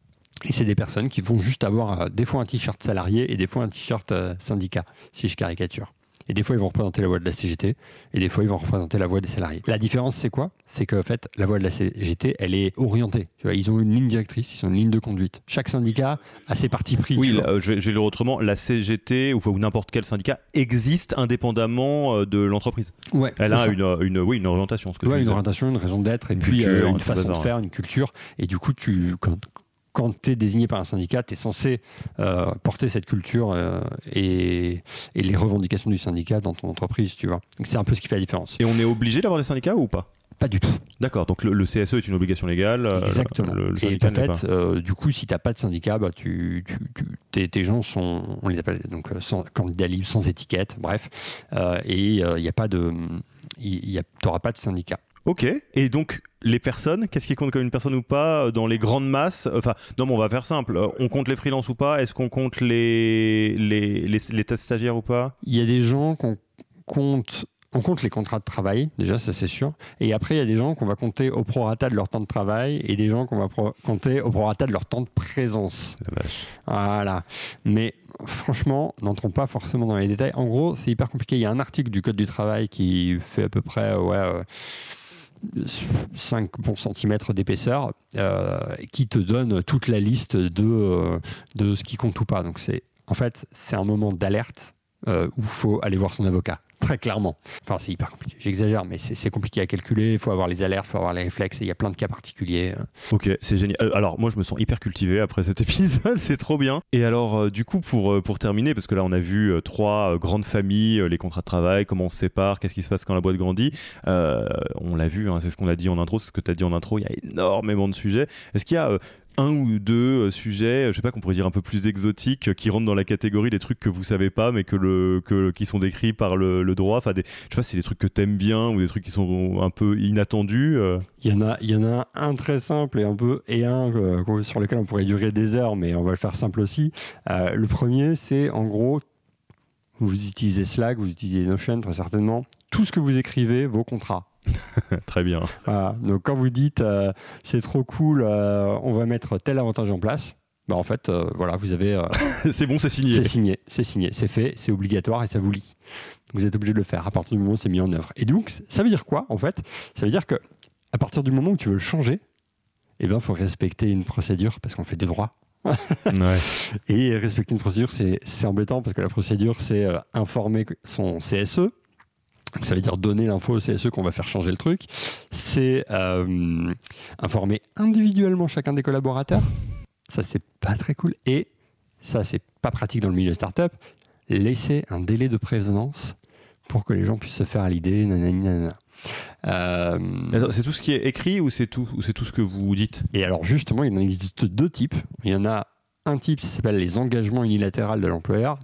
Et c'est des personnes qui vont juste avoir euh, des fois un t-shirt salarié et des fois un t-shirt euh, syndicat, si je caricature. Et des fois, ils vont représenter la voix de la C G T et des fois, ils vont représenter la voix des salariés. La différence, c'est quoi ? C'est qu'en fait, la voix de la C G T, elle est orientée. Tu vois, ils ont une ligne directrice, ils ont une ligne de conduite. Chaque syndicat a ses partis pris. Oui, là, je, vais, je vais le dire autrement. La C G T ou, ou n'importe quel syndicat existe indépendamment de l'entreprise. Ouais, elle a une, une, oui, une orientation. Ce que ouais, tu une orientation, une raison d'être et une puis culture, euh, une une façon bazar, de faire, une culture. Et du coup, tu... Quand, Quand tu es désigné par un syndicat, tu es censé euh, porter cette culture euh, et, et les revendications du syndicat dans ton entreprise, tu vois. Donc c'est un peu ce qui fait la différence. Et on est obligé d'avoir des syndicats ou pas ? Pas du tout. D'accord, donc le, le C S E est une obligation légale. Exactement. Le, le et en fait, euh, du coup, si tu n'as pas de syndicat, bah, tu, tu, tu, tes, tes gens sont, on les appelle donc sans, candidats libres, sans étiquette, bref. Euh, et il euh, n'y a pas de, tu n'auras pas de syndicat. Ok, et donc les personnes, qu'est-ce qui compte comme une personne ou pas dans les grandes masses ? Enfin, non, mais on va faire simple. On compte les freelances ou pas ? Est-ce qu'on compte les, les, les, les stagiaires ou pas ? Il y a des gens qu'on compte... On compte les contrats de travail, déjà, ça c'est sûr. Et après, il y a des gens qu'on va compter au prorata de leur temps de travail et des gens qu'on va pro- compter au prorata de leur temps de présence. La vache. Voilà. Mais franchement, n'entrons pas forcément dans les détails. En gros, c'est hyper compliqué. Il y a un article du Code du travail qui fait à peu près ouais, euh, cinq bons centimètres d'épaisseur euh, qui te donne toute la liste de, euh, de ce qui compte ou pas. Donc, c'est, en fait, c'est un moment d'alerte euh, où il faut aller voir son avocat. Très clairement. Enfin, c'est hyper compliqué. J'exagère, mais c'est, c'est compliqué à calculer. Il faut avoir les alertes, il faut avoir les réflexes. Et il y a plein de cas particuliers. Ok, c'est génial. Alors, moi, je me sens hyper cultivé après cet épisode. C'est trop bien. Et alors, euh, du coup, pour, pour terminer, parce que là, on a vu euh, trois euh, grandes familles, euh, les contrats de travail, comment on se sépare, qu'est-ce qui se passe quand la boîte grandit. Euh, on l'a vu, hein, c'est ce qu'on a dit en intro, c'est ce que tu as dit en intro. Il y a énormément de sujets. Est-ce qu'il y a... Euh, un ou deux sujets, je sais pas, qu'on pourrait dire un peu plus exotiques, qui rentrent dans la catégorie des trucs que vous savez pas, mais que le, que, qui sont décrits par le, le droit. Enfin, des, je sais pas si c'est des trucs que t'aimes bien ou des trucs qui sont un peu inattendus. Euh. Il y en a, il y en a un très simple et un peu et un euh, sur lequel on pourrait durer des heures, mais on va le faire simple aussi. Euh, le premier, c'est en gros, vous utilisez Slack, vous utilisez Notion très certainement. Tout ce que vous écrivez, vos contrats. Très bien. Voilà. Donc quand vous dites euh, c'est trop cool, euh, on va mettre tel avantage en place, bah en fait euh, voilà, vous avez euh, c'est bon, c'est signé. C'est signé, c'est signé, c'est fait, c'est obligatoire et ça vous lie. Vous êtes obligé de le faire à partir du moment où c'est mis en œuvre. Et donc ça veut dire quoi en fait ? Ça veut dire que à partir du moment où tu veux le changer, eh ben faut respecter une procédure parce qu'on fait des droits. Ouais. Et respecter une procédure, c'est, c'est embêtant parce que la procédure, c'est euh, informer son C S E. Ça veut dire donner l'info au C S E qu'on va faire changer le truc. C'est euh, informer individuellement chacun des collaborateurs. Ça, c'est pas très cool. Et ça, c'est pas pratique dans le milieu startup. Laisser un délai de prévenance pour que les gens puissent se faire à l'idée. Nanani, nanana. Euh, Attends, c'est tout ce qui est écrit ou c'est tout, ou c'est tout ce que vous dites? Et alors, justement, il en existe deux types. Il y en a un type qui s'appelle les engagements unilatéraux de l'employeur.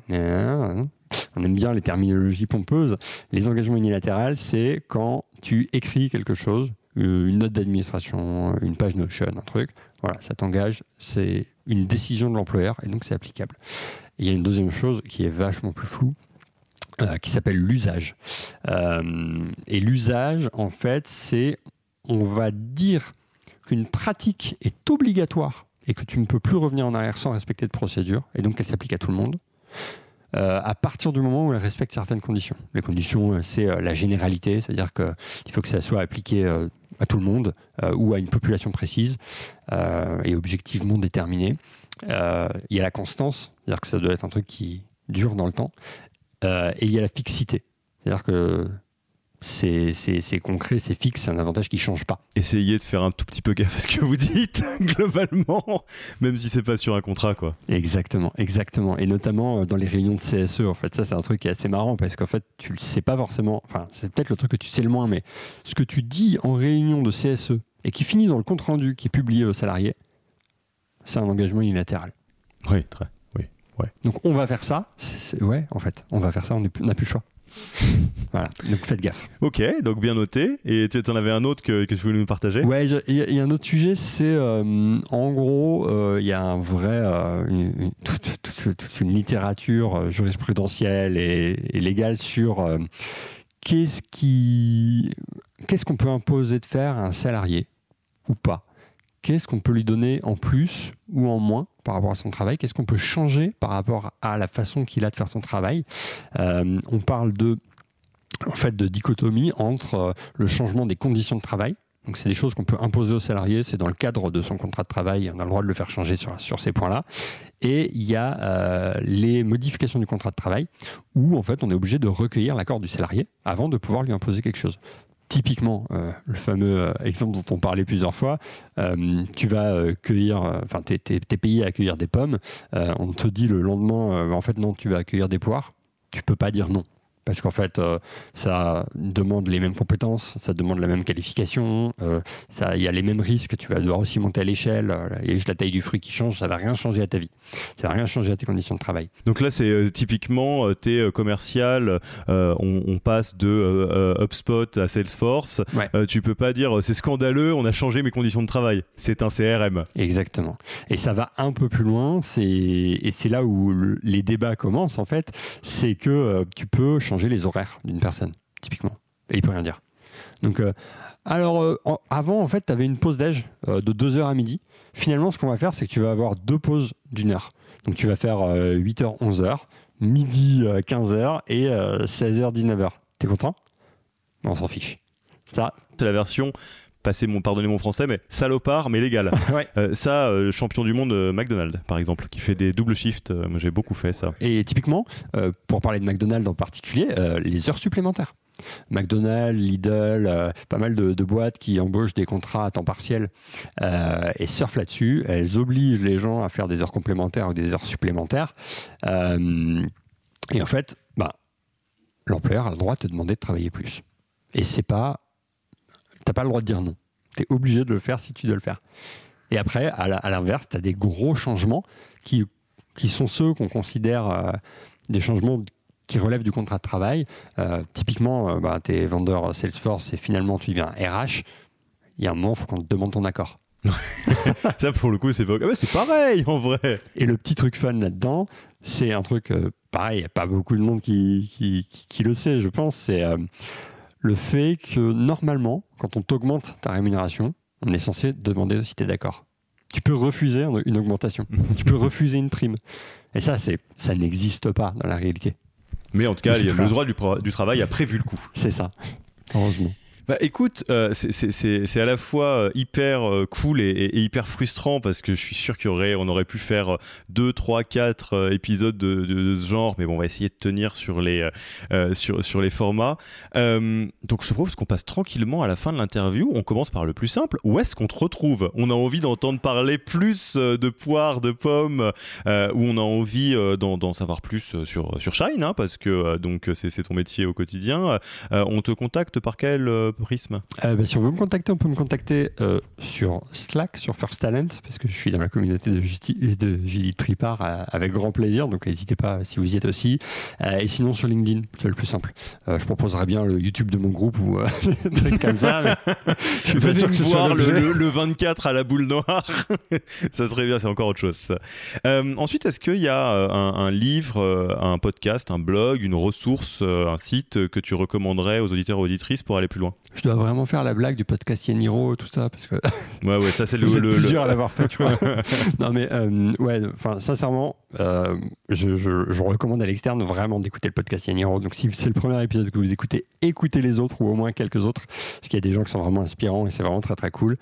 On aime bien les terminologies pompeuses. Les engagements unilatéraux, c'est quand tu écris quelque chose, une note d'administration, une page Notion, un truc. Voilà, ça t'engage. C'est une décision de l'employeur et donc c'est applicable. Et il y a une deuxième chose qui est vachement plus floue, euh, qui s'appelle l'usage. Euh, et l'usage, en fait, c'est on va dire qu'une pratique est obligatoire et que tu ne peux plus revenir en arrière sans respecter de procédure, et donc qu'elle s'applique à tout le monde. Euh, à partir du moment où elle respecte certaines conditions. Les conditions, euh, c'est euh, la généralité, c'est-à-dire qu'il faut que ça soit appliqué euh, à tout le monde euh, ou à une population précise euh, et objectivement déterminée. Euh, il y a la constance, c'est-à-dire que ça doit être un truc qui dure dans le temps. Euh, et il y a la fixité, c'est-à-dire que c'est, c'est, c'est concret, c'est fixe, c'est un avantage qui ne change pas. Essayez de faire un tout petit peu gaffe à ce que vous dites, globalement, même si c'est pas sur un contrat, quoi. Exactement, exactement. Et notamment dans les réunions de C S E, en fait, ça c'est un truc qui est assez marrant parce qu'en fait, tu le sais pas forcément, enfin, c'est peut-être le truc que tu sais le moins, mais ce que tu dis en réunion de C S E et qui finit dans le compte-rendu qui est publié aux salariés, c'est un engagement unilatéral. Oui, très, oui, ouais. Donc on va faire ça, c'est, c'est, ouais, en fait, on va faire ça, on n'a plus le choix. Voilà, donc faites gaffe. Ok, donc bien noté. Et tu en avais un autre que, que tu voulais nous partager? Ouais, il y, y a un autre sujet, c'est euh, en gros, il euh, y a un vrai, euh, une, une, toute, toute, toute une littérature euh, jurisprudentielle et, et légale sur euh, qu'est-ce qui, qu'est-ce qu'on peut imposer de faire à un salarié ou pas. Qu'est-ce qu'on peut lui donner en plus ou en moins par rapport à son travail? Qu'est-ce qu'on peut changer par rapport à la façon qu'il a de faire son travail? euh, On parle de, en fait, de dichotomie entre euh, le changement des conditions de travail. Donc, c'est des choses qu'on peut imposer aux salariés. C'est dans le cadre de son contrat de travail. On a le droit de le faire changer sur, sur ces points-là. Et il y a euh, les modifications du contrat de travail où, en fait, on est obligé de recueillir l'accord du salarié avant de pouvoir lui imposer quelque chose. Typiquement, euh, le fameux euh, exemple dont on parlait plusieurs fois, euh, tu vas euh, cueillir, enfin, euh, tu es payé à cueillir des pommes, euh, on te dit le lendemain, euh, en fait, non, tu vas cueillir des poires, tu peux pas dire non. Parce qu'en fait, euh, ça demande les mêmes compétences, ça demande la même qualification, euh, ça, il y a les mêmes risques, tu vas devoir aussi monter à l'échelle, euh, il y a juste la taille du fruit qui change, ça ne va rien changer à ta vie, ça ne va rien changer à tes conditions de travail. Donc là, c'est euh, typiquement, euh, t'es euh, commercial, euh, on, on passe de euh, HubSpot à Salesforce, Ouais. euh, tu peux pas dire c'est scandaleux, on a changé mes conditions de travail, c'est un C R M. Exactement. Et ça va un peu plus loin, c'est, et c'est là où le, les débats commencent en fait, c'est que euh, tu peux changer les horaires d'une personne, typiquement. Et il peut rien dire. Donc, euh, alors, euh, en, avant, en fait, tu avais une pause déj euh, de deux heures à midi. Finalement, ce qu'on va faire, c'est que tu vas avoir deux pauses d'une heure. Donc, tu vas faire euh, huit heures, onze heures, midi, euh, quinze heures et euh, seize heures, dix-neuf heures. T'es content? On s'en fiche. Ça, C'est la version, passez mon, pardonnez mon français, mais salopard, mais légal. ouais. Euh, ça, euh, champion du monde, euh, McDonald's, par exemple, qui fait des doubles shifts. Euh, moi, j'ai beaucoup fait ça. Et typiquement, euh, pour parler de McDonald's en particulier, euh, les heures supplémentaires. McDonald's, Lidl, euh, pas mal de, de boîtes qui embauchent des contrats à temps partiel euh, et surfent là-dessus. Elles obligent les gens à faire des heures complémentaires ou des heures supplémentaires. Euh, et en fait, bah, l'employeur a le droit de te demander de travailler plus. Et c'est pas... T'as pas le droit de dire non. Tu es obligé de le faire si tu dois le faire. Et après, à, la, à l'inverse, tu as des gros changements qui, qui sont ceux qu'on considère euh, des changements qui relèvent du contrat de travail. Euh, typiquement, euh, bah, tu es vendeur Salesforce et finalement tu deviens R H. Il y a un moment, il faut qu'on te demande ton accord. Ça, pour le coup, c'est pas... Ah ouais, c'est pareil, en vrai. Et le petit truc fun là-dedans, c'est un truc, euh, pareil, il n'y a pas beaucoup de monde qui, qui, qui, qui le sait, je pense, c'est... Euh, le fait que normalement, quand on t'augmente ta rémunération, on est censé demander si tu es d'accord. Tu peux refuser une augmentation. Tu peux refuser une prime. Et ça, c'est, ça n'existe pas dans la réalité. Mais en tout cas, c'est il y a très le droit du, pro- du travail a prévu le coup. C'est ça, heureusement. Bah écoute, euh, c'est, c'est, c'est, c'est à la fois hyper euh, cool et, et, et hyper frustrant parce que je suis sûr qu'il y aurait, on aurait pu faire deux, trois, quatre épisodes de, de, de ce genre, mais bon, on va essayer de tenir sur les, euh, sur, sur les formats. Euh, donc je te propose qu'on passe tranquillement à la fin de l'interview. On commence par le plus simple. Où est-ce qu'on te retrouve ? On a envie d'entendre parler plus de poires, de pommes, euh, ou on a envie euh, d'en, d'en savoir plus sur, sur Shine, hein, parce que euh, donc, c'est, c'est ton métier au quotidien. Euh, on te contacte par quel euh, prisme ? euh, bah, Si on veut me contacter, on peut me contacter euh, sur Slack, sur First Talent, parce que je suis dans la communauté de, Justi- de Judith Tripart euh, avec grand plaisir, donc n'hésitez pas si vous y êtes aussi. Euh, et sinon sur LinkedIn, c'est le plus simple. Euh, je proposerai bien le YouTube de mon groupe ou euh, des trucs comme ça. Mais je suis Venez pas sûr me que ce voir soit le, l'objet. le, le vingt-quatre à la boule noire. Ça serait bien, c'est encore autre chose. Ça. Euh, ensuite, est-ce qu'il y a euh, un, un livre, euh, un podcast, un blog, une ressource, euh, un site que tu recommanderais aux auditeurs et auditrices pour aller plus loin ? Je dois vraiment faire la blague du podcast Yaniro, tout ça, parce que Ouais, ouais, ça c'est le, vous êtes le, plusieurs le... à l'avoir fait, tu vois. Non mais euh, ouais, enfin sincèrement, euh, je, je, je recommande à l'externe vraiment d'écouter le podcast Yaniro. Donc si c'est le premier épisode que vous écoutez, écoutez les autres ou au moins quelques autres, parce qu'il y a des gens qui sont vraiment inspirants et c'est vraiment très très cool.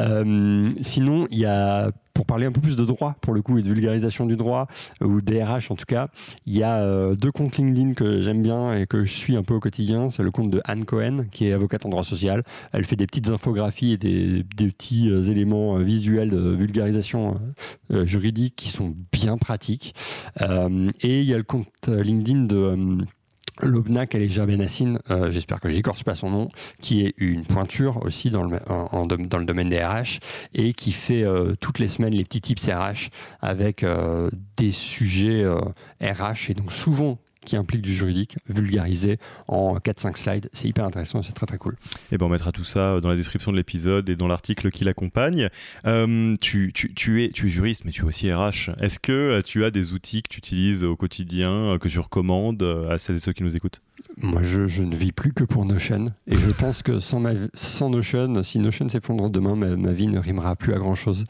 Euh, sinon, il y a, pour parler un peu plus de droit pour le coup et de vulgarisation du droit ou D R H en tout cas, il y a euh, deux comptes LinkedIn que j'aime bien et que je suis un peu au quotidien. C'est le compte de Anne Cohen qui est avocate en droit social. Elle fait des petites infographies et des, des petits euh, éléments euh, visuels de vulgarisation euh, juridique qui sont bien pratiques. Euh, et il y a le compte euh, LinkedIn de euh, Lobna Kaleja Benassine, euh, j'espère que j'écorche pas son nom, qui est une pointure aussi dans le, en, en, dans le domaine des R H et qui fait euh, toutes les semaines les petits tips R H avec euh, des sujets euh, R H et donc souvent qui implique du juridique, vulgarisé en quatre cinq slides. C'est hyper intéressant, c'est très très cool. Et ben on mettra tout ça dans la description de l'épisode et dans l'article qui l'accompagne. Euh, tu, tu, tu, es, tu es juriste, mais tu es aussi R H. Est-ce que tu as des outils que tu utilises au quotidien, que tu recommandes à celles et ceux qui nous écoutent ? Moi, je, je ne vis plus que pour Notion. Et je pense que sans, ma, sans Notion, si Notion s'effondre demain, ma, ma vie ne rimera plus à grand-chose.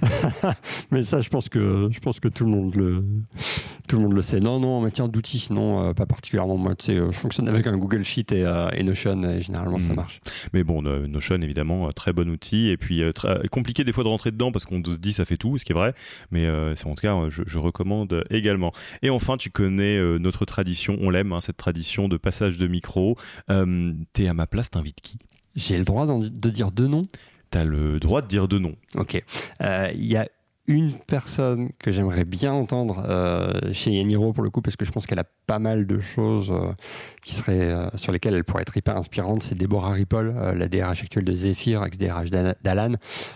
Mais ça, je pense que, je pense que tout, le monde le, tout le monde le sait. Non, non, en matière d'outils, sinon, euh, pas particulièrement. Moi, tu sais, je fonctionne avec un Google Sheet et, euh, et Notion, et généralement, mmh. ça marche. Mais bon, Notion, évidemment, très bon outil. Et puis, euh, très, compliqué des fois de rentrer dedans parce qu'on se dit ça fait tout, ce qui est vrai. Mais euh, c'est, en tout cas, je, je recommande également. Et enfin, tu connais euh, notre tradition. On l'aime, hein, cette tradition de passage de micro. Euh, t'es à ma place, t'invites qui ? J'ai le droit de dire deux noms ? T'as le droit de dire deux noms. Ok. Il euh, y a une personne que j'aimerais bien entendre euh, chez Yaniro pour le coup, parce que je pense qu'elle a pas mal de choses euh, qui seraient, euh, sur lesquelles elle pourrait être hyper inspirante. C'est Déborah Ripoll, euh, la D R H actuelle de Zephyr, ex-D R H d'Alan.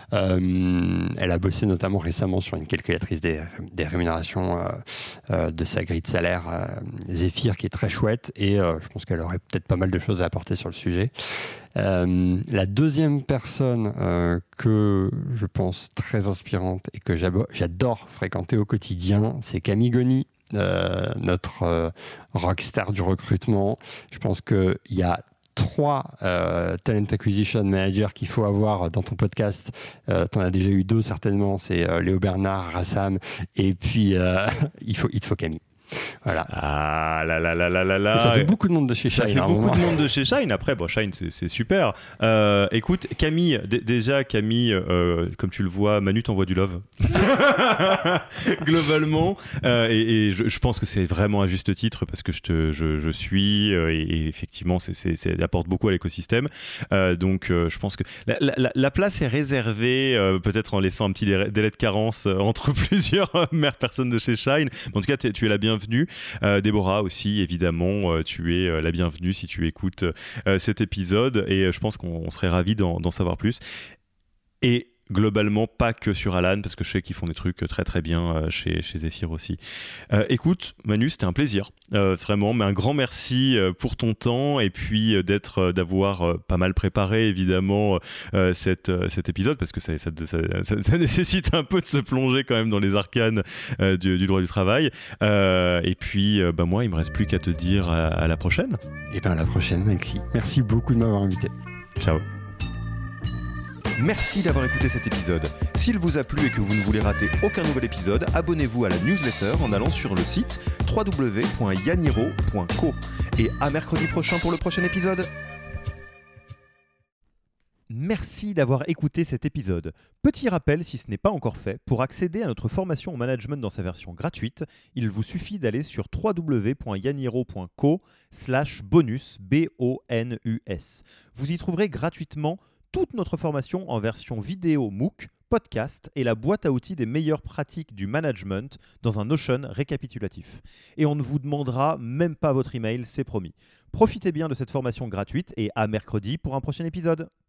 Euh, elle a bossé notamment récemment sur une calculatrice des, des rémunérations euh, euh, de sa grille de salaire euh, Zephyr, qui est très chouette, et euh, je pense qu'elle aurait peut-être pas mal de choses à apporter sur le sujet. Euh, la deuxième personne euh, que je pense très inspirante et que j'abo- j'adore fréquenter au quotidien, c'est Camille Goni, euh, notre euh, rockstar du recrutement. Je pense qu'il y a trois euh, talent acquisition managers qu'il faut avoir dans ton podcast. Euh, tu en as déjà eu deux certainement, c'est euh, Léo Bernard, Rassam, et puis euh, il, faut, il te faut Camille. Voilà. Ah là là là là là là. Ça fait beaucoup de monde de chez Shine. Ça fait beaucoup de monde de chez Shine. Après, bon, Shine, c'est, c'est super. Euh, écoute, Camille, d- déjà, Camille, euh, comme tu le vois, Manu t'envoie du love. Globalement. Euh, et et je, je pense que c'est vraiment à juste titre parce que je, te, je, je suis euh, et, et effectivement, c'est, c'est, c'est apporte beaucoup à l'écosystème. Euh, donc, euh, je pense que la, la, la place est réservée, euh, peut-être en laissant un petit délai de carence euh, entre plusieurs euh, mères personnes de chez Shine. Mais en tout cas, tu es la bienvenue. Euh, Déborah aussi, évidemment, euh, tu es euh, la bienvenue si tu écoutes euh, cet épisode et euh, je pense qu'on serait ravis d'en, d'en savoir plus. Et globalement, pas que sur Alan, parce que je sais qu'ils font des trucs très très bien euh, chez, chez Zephyr aussi. Euh, écoute, Manu, c'était un plaisir, euh, vraiment, mais un grand merci euh, pour ton temps et puis euh, d'être, euh, d'avoir euh, pas mal préparé, évidemment, euh, cette, euh, cet épisode, parce que ça, ça, ça, ça, ça nécessite un peu de se plonger quand même dans les arcanes euh, du, du droit du travail. Euh, et puis, euh, bah, moi, il me reste plus qu'à te dire à, à la prochaine. Et bien à la prochaine, Alexis. Merci beaucoup de m'avoir invité. Ciao. Merci d'avoir écouté cet épisode. S'il vous a plu et que vous ne voulez rater aucun nouvel épisode, abonnez-vous à la newsletter en allant sur le site w w w point yaniro point co. Et à mercredi prochain pour le prochain épisode. Merci d'avoir écouté cet épisode. Petit rappel, si ce n'est pas encore fait, pour accéder à notre formation au management dans sa version gratuite, il vous suffit d'aller sur w w w point yaniro point co slash bonus, B O N U S. Vous y trouverez gratuitement toute notre formation en version vidéo MOOC, podcast et la boîte à outils des meilleures pratiques du management dans un Notion récapitulatif. Et on ne vous demandera même pas votre email, c'est promis. Profitez bien de cette formation gratuite et à mercredi pour un prochain épisode.